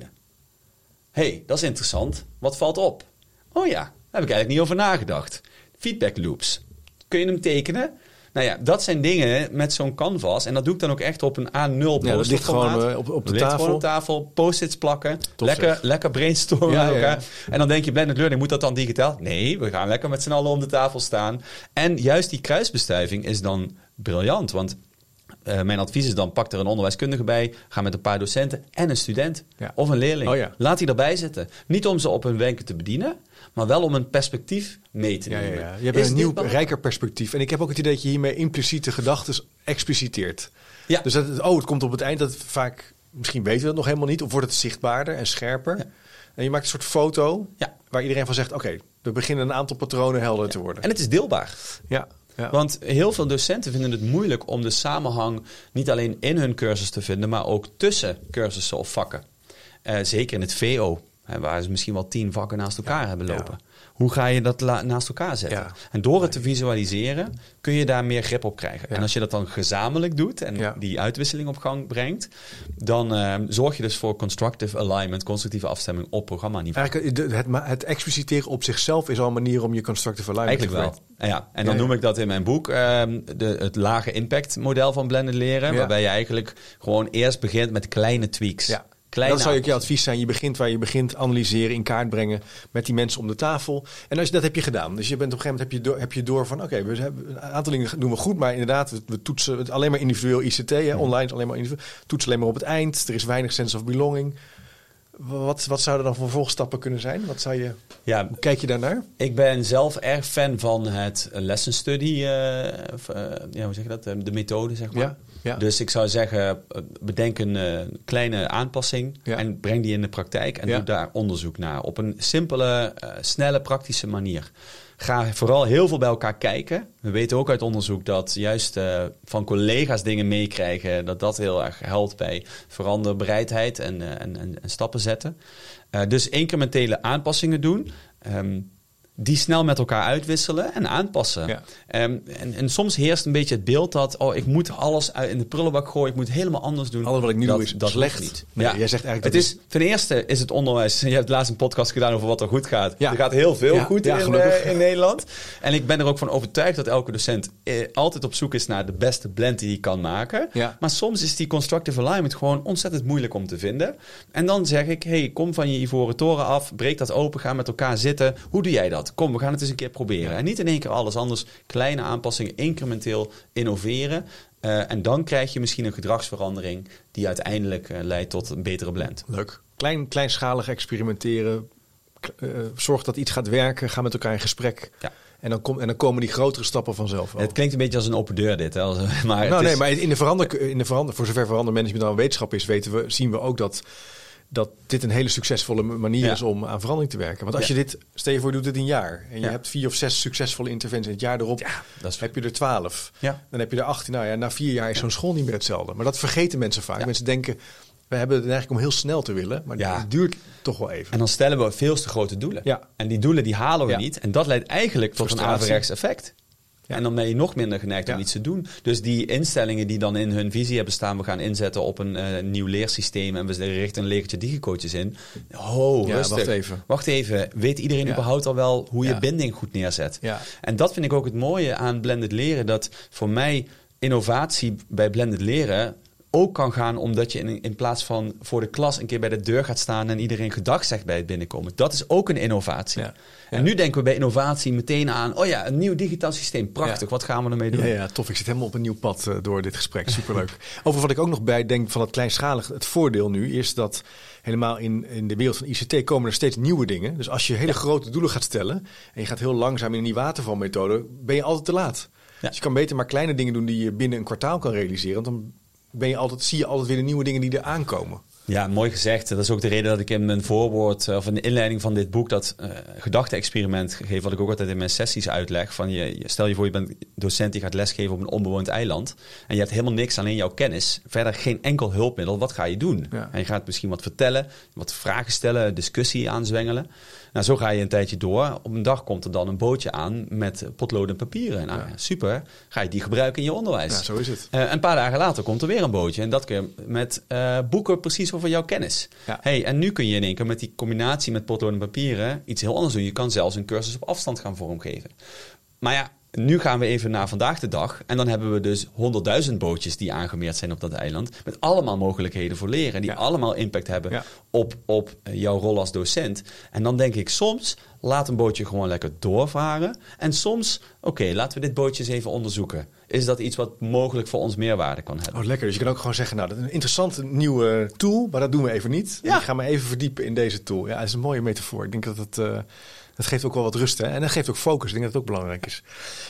Speaker 2: Hé, hey, dat is interessant. Wat valt op? Oh ja, daar heb ik eigenlijk niet over nagedacht. Feedback loops. Kun je hem tekenen? Nou ja, dat zijn dingen met zo'n canvas. En dat doe ik dan ook echt op een A nul
Speaker 1: Ja, dat ligt gewoon uh, op, op de
Speaker 2: ligt
Speaker 1: tafel.
Speaker 2: gewoon op tafel, post-its plakken.
Speaker 1: Tof,
Speaker 2: lekker,
Speaker 1: zeg.
Speaker 2: lekker brainstormen
Speaker 1: Ja,
Speaker 2: met
Speaker 1: ja,
Speaker 2: elkaar.
Speaker 1: ja.
Speaker 2: En dan denk je, blended learning, moet dat dan digitaal? Nee, we gaan lekker met z'n allen om de tafel staan. En juist die kruisbestuiving is dan briljant. Want uh, mijn advies is dan, pak er een onderwijskundige bij. Ga met een paar docenten en een student.
Speaker 1: Ja.
Speaker 2: Of een leerling.
Speaker 1: Oh ja.
Speaker 2: Laat die erbij zitten. Niet om ze op hun wenken te bedienen, maar wel om een perspectief mee te
Speaker 1: Ja,
Speaker 2: nemen.
Speaker 1: ja, ja. Je hebt
Speaker 2: Is
Speaker 1: een
Speaker 2: dit
Speaker 1: nieuw,
Speaker 2: belangrijk?
Speaker 1: rijker perspectief. En ik heb ook het idee dat je hiermee impliciete gedachten expliciteert.
Speaker 2: Ja.
Speaker 1: Dus dat het, oh, het komt op het eind dat vaak, misschien weten we dat nog helemaal niet, of wordt het zichtbaarder en scherper.
Speaker 2: Ja.
Speaker 1: En je maakt een soort foto
Speaker 2: Ja.
Speaker 1: waar iedereen van zegt, oké, okay, er beginnen een aantal patronen helder te worden.
Speaker 2: En het is deelbaar.
Speaker 1: Ja. Ja.
Speaker 2: Want heel veel docenten vinden het moeilijk om de samenhang niet alleen in hun cursus te vinden, maar ook tussen cursussen of vakken. Uh, zeker in het V O, hè, waar ze misschien wel tien vakken naast elkaar
Speaker 1: Ja.
Speaker 2: hebben lopen.
Speaker 1: Ja.
Speaker 2: Hoe ga je dat la- naast elkaar zetten?
Speaker 1: Ja.
Speaker 2: En door het te visualiseren kun je daar meer grip op krijgen.
Speaker 1: Ja.
Speaker 2: En als je dat dan gezamenlijk doet en
Speaker 1: Ja.
Speaker 2: die uitwisseling op gang brengt, dan uh, zorg je dus voor constructive alignment, constructieve afstemming op programmaniveau.
Speaker 1: Eigenlijk, de- het, ma- het expliciteren op zichzelf is al een manier om je constructive alignment
Speaker 2: Eigenlijk
Speaker 1: te
Speaker 2: wel. Ja, en dan
Speaker 1: Ja, ja.
Speaker 2: noem ik dat in mijn boek um, de, het lage impact model van blended leren.
Speaker 1: Ja.
Speaker 2: Waarbij je eigenlijk gewoon eerst begint met kleine tweaks.
Speaker 1: Ja.
Speaker 2: Kleine
Speaker 1: Dat zou ook je
Speaker 2: aanpassingen.
Speaker 1: advies zijn. Je begint waar je begint, analyseren, in kaart brengen met die mensen om de tafel. En als je dat heb je gedaan. Dus je bent op een gegeven moment heb je door, heb je door van oké, we hebben een aantal dingen doen we goed, maar inderdaad, we, we toetsen het alleen maar individueel I C T, hè, online is alleen maar individueel. Toetsen alleen maar op het eind. Er is weinig sense of belonging. Wat, wat zouden dan vervolgstappen kunnen zijn? Wat zou je,
Speaker 2: Ja,
Speaker 1: hoe kijk je daarnaar?
Speaker 2: ik ben zelf erg fan van het lesson study, uh, of, uh, ja, hoe zeg je dat? Uh, de methode, zeg maar.
Speaker 1: Ja, ja.
Speaker 2: Dus ik zou zeggen, uh, bedenk een uh, kleine aanpassing
Speaker 1: Ja.
Speaker 2: en breng die in de praktijk en
Speaker 1: Ja.
Speaker 2: doe daar onderzoek naar. Op een simpele, uh, snelle, praktische manier. Ga vooral heel veel bij elkaar kijken. We weten ook uit onderzoek dat juist uh, van collega's dingen meekrijgen, dat dat heel erg helpt bij veranderbereidheid en, uh, en, en, en stappen zetten. Uh, dus incrementele aanpassingen doen. Um, die snel met elkaar uitwisselen en aanpassen.
Speaker 1: Ja.
Speaker 2: Um, en, en soms heerst een beetje het beeld dat oh, ik moet alles uit in de prullenbak gooien, ik moet helemaal anders doen.
Speaker 1: Alles wat ik nu
Speaker 2: dat,
Speaker 1: doe is
Speaker 2: dat
Speaker 1: slecht.
Speaker 2: lukt niet.
Speaker 1: Nee,
Speaker 2: ja.
Speaker 1: jij zegt eigenlijk
Speaker 2: het
Speaker 1: dat
Speaker 2: is, ten eerste is het onderwijs. Je hebt laatst een podcast gedaan over wat er goed gaat.
Speaker 1: Ja.
Speaker 2: Er gaat heel veel
Speaker 1: Ja,
Speaker 2: goed
Speaker 1: ja,
Speaker 2: in,
Speaker 1: gelukkig.
Speaker 2: uh, in Nederland. En ik ben er ook van overtuigd dat elke docent eh, altijd op zoek is naar de beste blend die hij kan maken.
Speaker 1: Ja.
Speaker 2: Maar soms is die constructive alignment gewoon ontzettend moeilijk om te vinden. En dan zeg ik, hey, kom van je ivoren toren af, breek dat open, ga met elkaar zitten. Hoe doe jij dat? Kom, we gaan het eens een keer proberen. Ja. En niet in één keer alles anders. Kleine aanpassingen, incrementeel innoveren. Uh, en dan krijg je misschien een gedragsverandering die uiteindelijk uh, leidt tot een betere blend.
Speaker 1: Leuk. Klein, kleinschalig experimenteren. Uh, zorg dat iets gaat werken. Ga met elkaar in gesprek.
Speaker 2: Ja.
Speaker 1: En dan, kom, en dan komen die grotere stappen vanzelf wel.
Speaker 2: Het klinkt een beetje als een open deur dit. Hè? Als, maar
Speaker 1: nou
Speaker 2: het
Speaker 1: nee,
Speaker 2: is...
Speaker 1: maar in de verander, in de verander, voor zover verandermanagement dan wetenschap is, weten we, zien we ook dat, dat dit een hele succesvolle manier ja. is om aan verandering te werken. Want als ja. je dit, stel je voor, je doet dit een jaar en je ja. hebt vier of zes succesvolle interventies en het jaar erop ja, dat is... heb je er twaalf. Ja. Dan heb je er achttien. Nou ja, na vier jaar is ja. zo'n school niet meer hetzelfde. Maar dat vergeten mensen vaak. Ja. Mensen denken, we hebben het eigenlijk om heel snel te willen, maar ja. het duurt toch wel even.
Speaker 2: En dan stellen we veel te grote doelen. Ja. En die doelen die halen we ja. niet. En dat leidt eigenlijk tot een averechts effect. Ja. En dan ben je nog minder geneigd ja. om iets te doen. Dus die instellingen die dan in hun visie hebben staan, we gaan inzetten op een uh, nieuw leersysteem en we richten een legertje digicoaches in. Oh,
Speaker 1: ja,
Speaker 2: rustig.
Speaker 1: Wacht even.
Speaker 2: Wacht even. Weet iedereen ja. überhaupt al wel hoe je ja. binding goed neerzet? Ja. En dat vind ik ook het mooie aan blended leren. Dat voor mij innovatie bij blended leren ook kan gaan omdat je in, in plaats van voor de klas een keer bij de deur gaat staan en iedereen gedag zegt bij het binnenkomen. Dat is ook een innovatie. Ja. Ja. En nu denken we bij innovatie meteen aan, oh ja, een nieuw digitaal systeem. Prachtig, ja. wat gaan we ermee doen?
Speaker 1: Ja, ja, tof. Ik zit helemaal op een nieuw pad uh, door dit gesprek. Superleuk. Over wat ik ook nog bij denk van het kleinschalige, het voordeel nu is dat helemaal in, in de wereld van I C T komen er steeds nieuwe dingen. Dus als je hele ja. grote doelen gaat stellen en je gaat heel langzaam in die watervalmethode, ben je altijd te laat. Ja. Dus je kan beter maar kleine dingen doen die je binnen een kwartaal kan realiseren. Want dan ben je altijd, zie je altijd weer de nieuwe dingen die er aankomen.
Speaker 2: Ja, mooi gezegd. Dat is ook de reden dat ik in mijn voorwoord of in de inleiding van dit boek dat uh, gedachte-experiment geef, wat ik ook altijd in mijn sessies uitleg. Van je, stel je voor, je bent docent die gaat lesgeven op een onbewoond eiland en je hebt helemaal niks, alleen jouw kennis. Verder geen enkel hulpmiddel. Wat ga je doen? Ja. En je gaat misschien wat vertellen, wat vragen stellen, discussie aanzwengelen. Nou, zo ga je een tijdje door. Op een dag komt er dan een bootje aan met potlood en papieren. Nou, ja. super. Ga je die gebruiken in je onderwijs?
Speaker 1: Ja, zo is het.
Speaker 2: Uh, een paar dagen later komt er weer een bootje. En dat keer met uh, boeken precies over jouw kennis. Ja. Hey, en nu kun je in één keer met die combinatie met potlood en papieren iets heel anders doen. Je kan zelfs een cursus op afstand gaan vormgeven. Maar ja, nu gaan we even naar vandaag de dag. En dan hebben we dus honderdduizend bootjes die aangemeerd zijn op dat eiland. Met allemaal mogelijkheden voor leren. Die ja. allemaal impact hebben ja. op, op jouw rol als docent. En dan denk ik soms, laat een bootje gewoon lekker doorvaren. En soms, oké, okay, laten we dit bootje eens even onderzoeken. Is dat iets wat mogelijk voor ons meerwaarde kan hebben?
Speaker 1: Oh, lekker. Dus je kan ook gewoon zeggen, nou, dat is een interessante nieuwe tool. Maar dat doen we even niet. Ja. Ik ga me even verdiepen in deze tool. Ja, dat is een mooie metafoor. Ik denk dat het... Uh, Dat geeft ook wel wat rust, hè? En dat geeft ook focus. Ik denk dat het ook belangrijk is.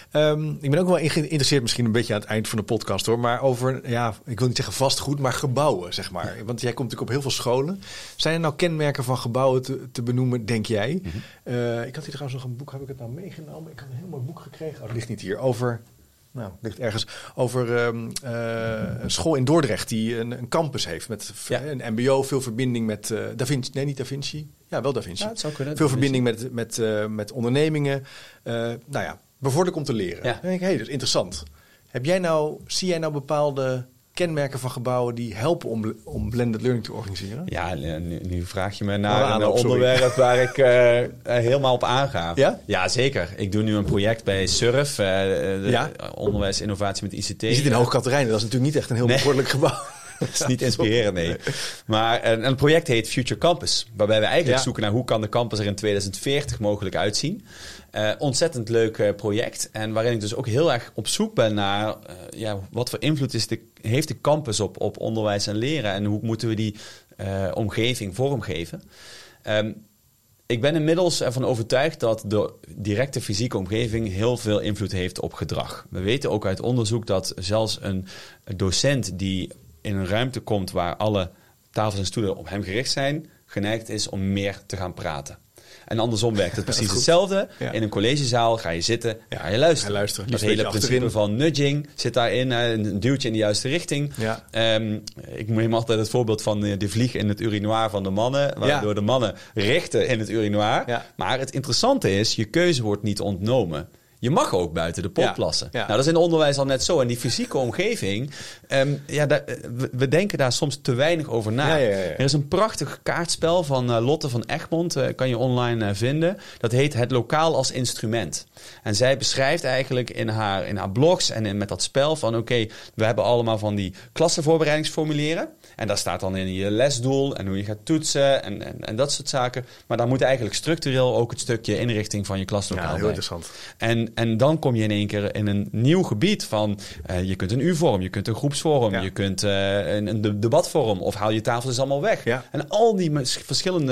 Speaker 1: Um, ik ben ook wel geïnteresseerd misschien een beetje aan het eind van de podcast, hoor. Maar over, ja, ik wil niet zeggen vastgoed, maar gebouwen, zeg maar. Want jij komt natuurlijk op heel veel scholen. Zijn er nou kenmerken van gebouwen te, te benoemen, denk jij? Mm-hmm. Uh, ik had hier trouwens nog een boek. Heb ik het nou meegenomen? Ik had een heel mooi boek gekregen. Oh, het ligt niet hier. Over... Nou, het ligt ergens over um, uh, een school in Dordrecht die een, een campus heeft met ja. een M B O, veel verbinding met uh, Da Vinci. Nee, niet Da Vinci. Ja, wel Da Vinci. Ja, het zou kunnen. Veel verbinding met, met, uh, met ondernemingen. Uh, nou ja, bevorderlijk om te leren. Ja. Dan denk ik, hé, hey, dat is interessant. Heb jij nou, zie jij nou bepaalde kenmerken van gebouwen die helpen om, om blended learning te organiseren?
Speaker 2: Ja, nu, nu vraag je me naar oh, een aanloop, onderwerp sorry. waar ik uh, uh, helemaal op aanga. Ja? Ja, zeker. Ik doe nu een project bij SURF, uh, de ja? onderwijs innovatie met I C T.
Speaker 1: Je zit in Hoogkaterijnen, dat is natuurlijk niet echt een heel nee. bevorderlijk gebouw.
Speaker 2: Dat is niet inspirerend, nee. nee. Maar een, een project heet Future Campus. Waarbij we eigenlijk ja. zoeken naar hoe kan de campus er in tweeduizend veertig mogelijk uitzien. Uh, ontzettend leuk uh, project. En waarin ik dus ook heel erg op zoek ben naar... Uh, ja, wat voor invloed is de, heeft de campus op, op onderwijs en leren? En hoe moeten we die uh, omgeving vormgeven? Um, ik ben inmiddels ervan overtuigd dat de directe fysieke omgeving heel veel invloed heeft op gedrag. We weten ook uit onderzoek dat zelfs een docent die in een ruimte komt waar alle tafels en stoelen op hem gericht zijn, geneigd is om meer te gaan praten. En andersom werkt het precies hetzelfde. Ja. In een collegezaal ga je zitten, ja. ga je luisteren.
Speaker 1: Ja, luisteren.
Speaker 2: Dat hele principe achterin. van nudging zit daarin, een duwtje in de juiste richting. Ja. Um, ik neem altijd het voorbeeld van de vlieg in het urinoir van de mannen, waardoor ja. de mannen richten in het urinoir. Ja. Maar het interessante is, je keuze wordt niet ontnomen. Je mag ook buiten de pot ja, plassen. Ja. Nou, dat is in het onderwijs al net zo. En die fysieke omgeving, um, ja, daar, we, we denken daar soms te weinig over na. Ja, ja, ja. Er is een prachtig kaartspel van uh, Lotte van Egmond, uh, kan je online uh, vinden. Dat heet Het Lokaal als Instrument. En zij beschrijft eigenlijk in haar, in haar blogs en in, met dat spel van oké, okay, we hebben allemaal van die klassenvoorbereidingsformulieren. En daar staat dan in je lesdoel en hoe je gaat toetsen en, en, en dat soort zaken. Maar daar moet eigenlijk structureel ook het stukje inrichting van je klaslokaal bij.
Speaker 1: Ja, heel interessant.
Speaker 2: En, en dan kom je in één keer in een nieuw gebied van uh, je kunt een U-vorm, je kunt een groepsvorm, ja. je kunt uh, een, een debatvorm of haal je tafels allemaal weg. Ja. En al die verschillende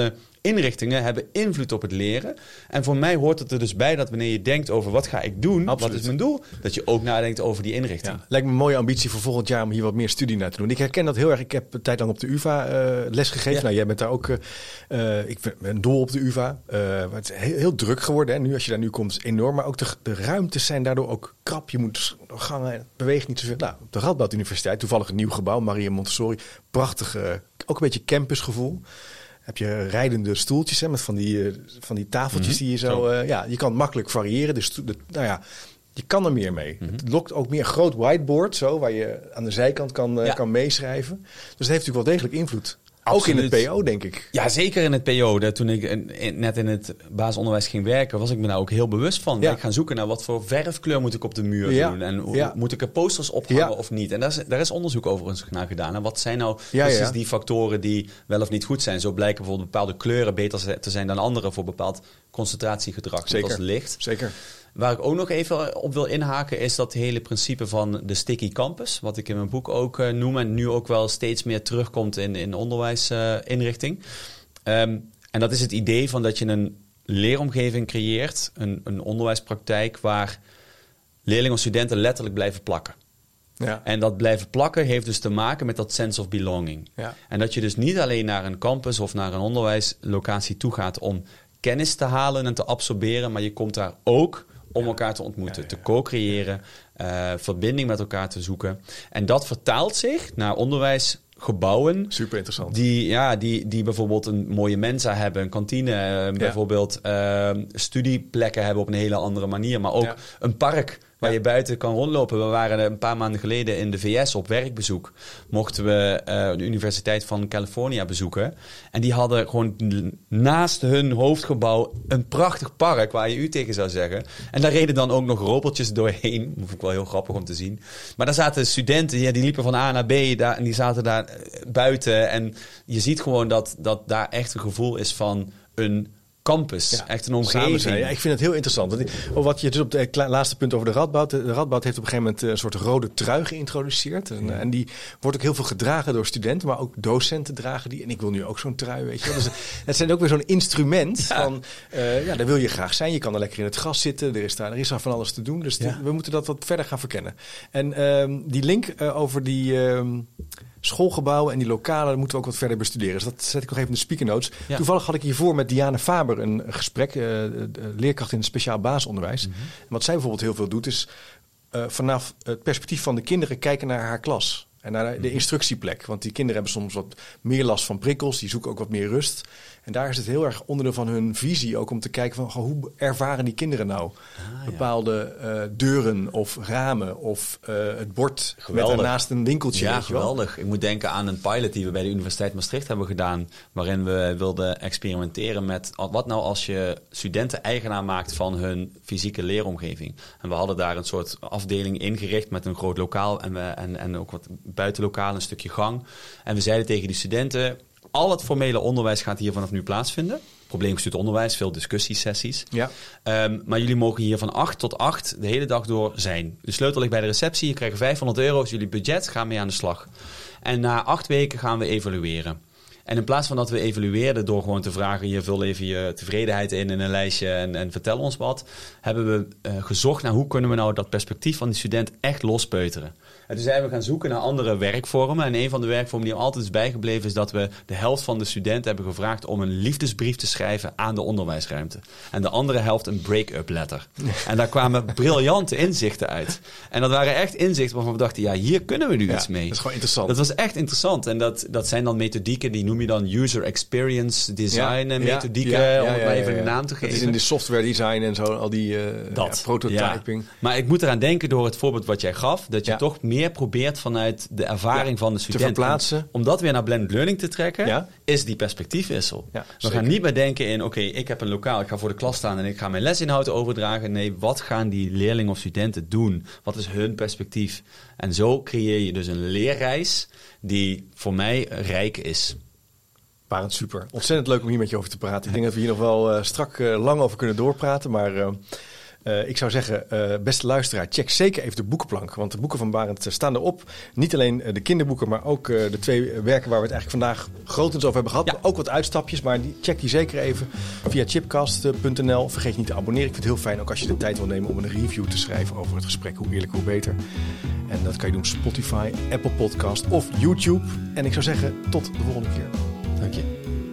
Speaker 2: inrichtingen hebben invloed op het leren. En voor mij hoort het er dus bij dat wanneer je denkt over wat ga ik doen,
Speaker 1: Absoluut.
Speaker 2: wat is mijn doel, dat je ook nadenkt over die inrichting.
Speaker 1: Ja, lijkt me een mooie ambitie voor volgend jaar om hier wat meer studie naar te doen. Ik herken dat heel erg. Ik heb een tijd lang op de U vA uh, lesgegeven. Ja. Nou, jij bent daar ook uh, uh, ik ben dol op de U vA. Uh, het is heel, heel druk geworden. Hè. Nu, als je daar nu komt, is enorm. Maar ook de, de ruimtes zijn daardoor ook krap. Je moet gangen, het beweegt niet zoveel. Nou, op de Radboud Universiteit, toevallig een nieuw gebouw, Maria Montessori. Prachtig, uh, ook een beetje campusgevoel. Heb je rijdende stoeltjes hè, met van die, uh, van die tafeltjes mm-hmm. die je zo... Uh, ja, je kan makkelijk variëren. Dus de, nou ja, je kan er meer mee. Mm-hmm. Het lokt ook meer een groot whiteboard, zo, waar je aan de zijkant kan, uh, ja. kan meeschrijven. Dus het heeft natuurlijk wel degelijk invloed. Absoluut. Ook in het P O, denk ik.
Speaker 2: Ja, zeker in het P O. Dat toen ik in, net in het basisonderwijs ging werken, was ik me daar ook heel bewust van. Ja. Ik ga zoeken naar wat voor verfkleur moet ik op de muur ja. doen. En ja. moet ik er posters ophangen ja. of niet. En daar is, daar is onderzoek overigens naar gedaan. En wat zijn nou ja, precies ja. die factoren die wel of niet goed zijn? Zo blijken bijvoorbeeld bepaalde kleuren beter te zijn dan andere voor bepaald concentratiegedrag.
Speaker 1: Zeker.
Speaker 2: Zoals licht.
Speaker 1: Zeker.
Speaker 2: Waar ik ook nog even op wil inhaken is dat hele principe van de sticky campus. Wat ik in mijn boek ook uh, noem en nu ook wel steeds meer terugkomt in, in onderwijsinrichting. Uh, um, en dat is het idee van dat je een leeromgeving creëert, een, een onderwijspraktijk waar leerlingen of studenten letterlijk blijven plakken. Ja. En dat blijven plakken heeft dus te maken met dat sense of belonging. Ja. En dat je dus niet alleen naar een campus of naar een onderwijslocatie toe gaat om kennis te halen en te absorberen, maar je komt daar ook om ja. elkaar te ontmoeten, ja, ja, ja. te co-creëren, uh, verbinding met elkaar te zoeken. En dat vertaalt zich naar onderwijsgebouwen.
Speaker 1: Super interessant.
Speaker 2: Die, ja, die, die bijvoorbeeld een mooie mensa hebben, een kantine, uh, ja. bijvoorbeeld uh, studieplekken hebben op een hele andere manier, maar ook ja. een park waar ja. je buiten kan rondlopen. We waren een paar maanden geleden in de V S op werkbezoek. Mochten we uh, de Universiteit van California bezoeken. En die hadden gewoon naast hun hoofdgebouw een prachtig park waar je u tegen zou zeggen. En daar reden dan ook nog robotjes doorheen. Dat vond ik wel heel grappig om te zien. Maar daar zaten studenten, ja, die liepen van A naar B daar, en die zaten daar buiten. En je ziet gewoon dat, dat daar echt een gevoel is van een campus, ja, echt een omgeving.
Speaker 1: Ja, ik vind het heel interessant. Wat je dus op het laatste punt over de Radboud. De Radboud heeft op een gegeven moment een soort rode trui geïntroduceerd. En, ja. en die wordt ook heel veel gedragen door studenten, maar ook docenten dragen die. En ik wil nu ook zo'n trui, weet je wel. Dus het zijn ook weer zo'n instrument ja. van, uh, ja, daar wil je graag zijn. Je kan er lekker in het gras zitten. Er is daar, er is daar van alles te doen. Dus ja. die, we moeten dat wat verder gaan verkennen. En um, die link uh, over die Um, schoolgebouwen en die lokalen moeten we ook wat verder bestuderen. Dus dat zet ik nog even in de speaker notes. Ja. Toevallig had ik hiervoor met Diane Faber een gesprek, uh, de leerkracht in het speciaal basisonderwijs. Mm-hmm. En wat zij bijvoorbeeld heel veel doet, is uh, vanaf het perspectief van de kinderen kijken naar haar klas. En naar de instructieplek. Want die kinderen hebben soms wat meer last van prikkels. Die zoeken ook wat meer rust. En daar is het heel erg onderdeel van hun visie ook om te kijken van, goh, hoe ervaren die kinderen nou ah, bepaalde uh, deuren of ramen of uh, het bord geweldig. Met daarnaast een winkeltje.
Speaker 2: Ja, geweldig. Ik moet denken aan een pilot die we bij de Universiteit Maastricht hebben gedaan, waarin we wilden experimenteren met wat nou als je studenten eigenaar maakt van hun fysieke leeromgeving. En we hadden daar een soort afdeling ingericht met een groot lokaal en, we, en, en ook wat buitenlokaal, een stukje gang. En we zeiden tegen die studenten, al het formele onderwijs gaat hier vanaf nu plaatsvinden. Probleemgestuurd onderwijs, veel discussiesessies. Ja. Um, maar jullie mogen hier van acht tot acht de hele dag door zijn. De sleutel ligt bij de receptie. Je krijgt vijfhonderd euro, is jullie budget. Ga mee aan de slag. En na acht weken gaan we evalueren. En in plaats van dat we evalueerden door gewoon te vragen, je vul even je tevredenheid in in een lijstje en, en vertel ons wat, hebben we uh, gezocht naar hoe kunnen we nou dat perspectief van die student echt lospeuteren. En toen zijn we gaan zoeken naar andere werkvormen. En een van de werkvormen die altijd is bijgebleven is dat we de helft van de studenten hebben gevraagd om een liefdesbrief te schrijven aan de onderwijsruimte. En de andere helft een break-up letter. En daar kwamen briljante inzichten uit. En dat waren echt inzichten waarvan we dachten, ja, hier kunnen we nu
Speaker 1: ja,
Speaker 2: iets mee.
Speaker 1: Dat is gewoon interessant.
Speaker 2: Dat was echt interessant. En dat, dat zijn dan methodieken, die noem je dan user experience design en ja, methodieken, ja, ja, ja, om het maar even ja, ja, ja. een naam te geven.
Speaker 1: Het is in de software design en zo, al die uh, dat, ja, prototyping.
Speaker 2: Ja. Maar ik moet eraan denken door het voorbeeld wat jij gaf, dat je ja. toch meer probeert vanuit de ervaring ja, van de student.
Speaker 1: Te verplaatsen.
Speaker 2: En om dat weer naar blended learning te trekken, ja. is die perspectiefwissel. Ja, we zeker. gaan niet meer denken in, oké, okay, ik heb een lokaal, ik ga voor de klas staan en ik ga mijn lesinhoud overdragen. Nee, wat gaan die leerlingen of studenten doen? Wat is hun perspectief? En zo creëer je dus een leerreis die voor mij rijk is.
Speaker 1: Barend, super. Ontzettend leuk om hier met je over te praten. Ik denk dat we hier nog wel uh, strak uh, lang over kunnen doorpraten, maar Uh, Uh, ik zou zeggen, uh, beste luisteraar, check zeker even de boekenplank. Want de boeken van Barend uh, staan erop. Niet alleen uh, de kinderboeken, maar ook uh, de twee werken waar we het eigenlijk vandaag grotendeels over hebben gehad. Ja. Ook wat uitstapjes, maar die, check die zeker even via chipcast punt n l. Vergeet niet te abonneren. Ik vind het heel fijn, ook als je de tijd wil nemen om een review te schrijven over het gesprek. Hoe eerlijk, hoe beter. En dat kan je doen op Spotify, Apple Podcast of YouTube. En ik zou zeggen, tot de volgende keer.
Speaker 2: Dank je.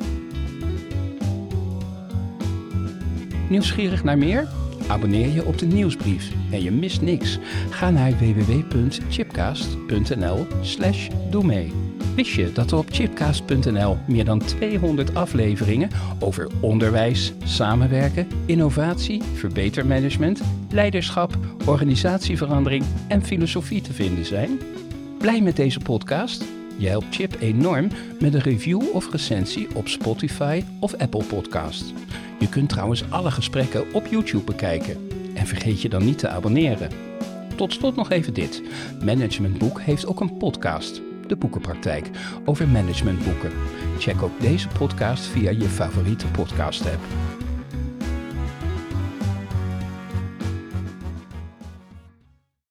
Speaker 3: Nieuwsgierig naar meer? Abonneer je op de nieuwsbrief en je mist niks. Ga naar w w w punt chipcast punt n l slash doe mee. Wist je dat er op chipcast punt n l meer dan tweehonderd afleveringen over onderwijs, samenwerken, innovatie, verbetermanagement, leiderschap, organisatieverandering en filosofie te vinden zijn? Blij met deze podcast? Je helpt Chip enorm met een review of recensie op Spotify of Apple Podcast. Je kunt trouwens alle gesprekken op YouTube bekijken. En vergeet je dan niet te abonneren. Tot slot nog even dit. Management Boek heeft ook een podcast, De Boekenpraktijk, over managementboeken. Check ook deze podcast via je favoriete podcast app.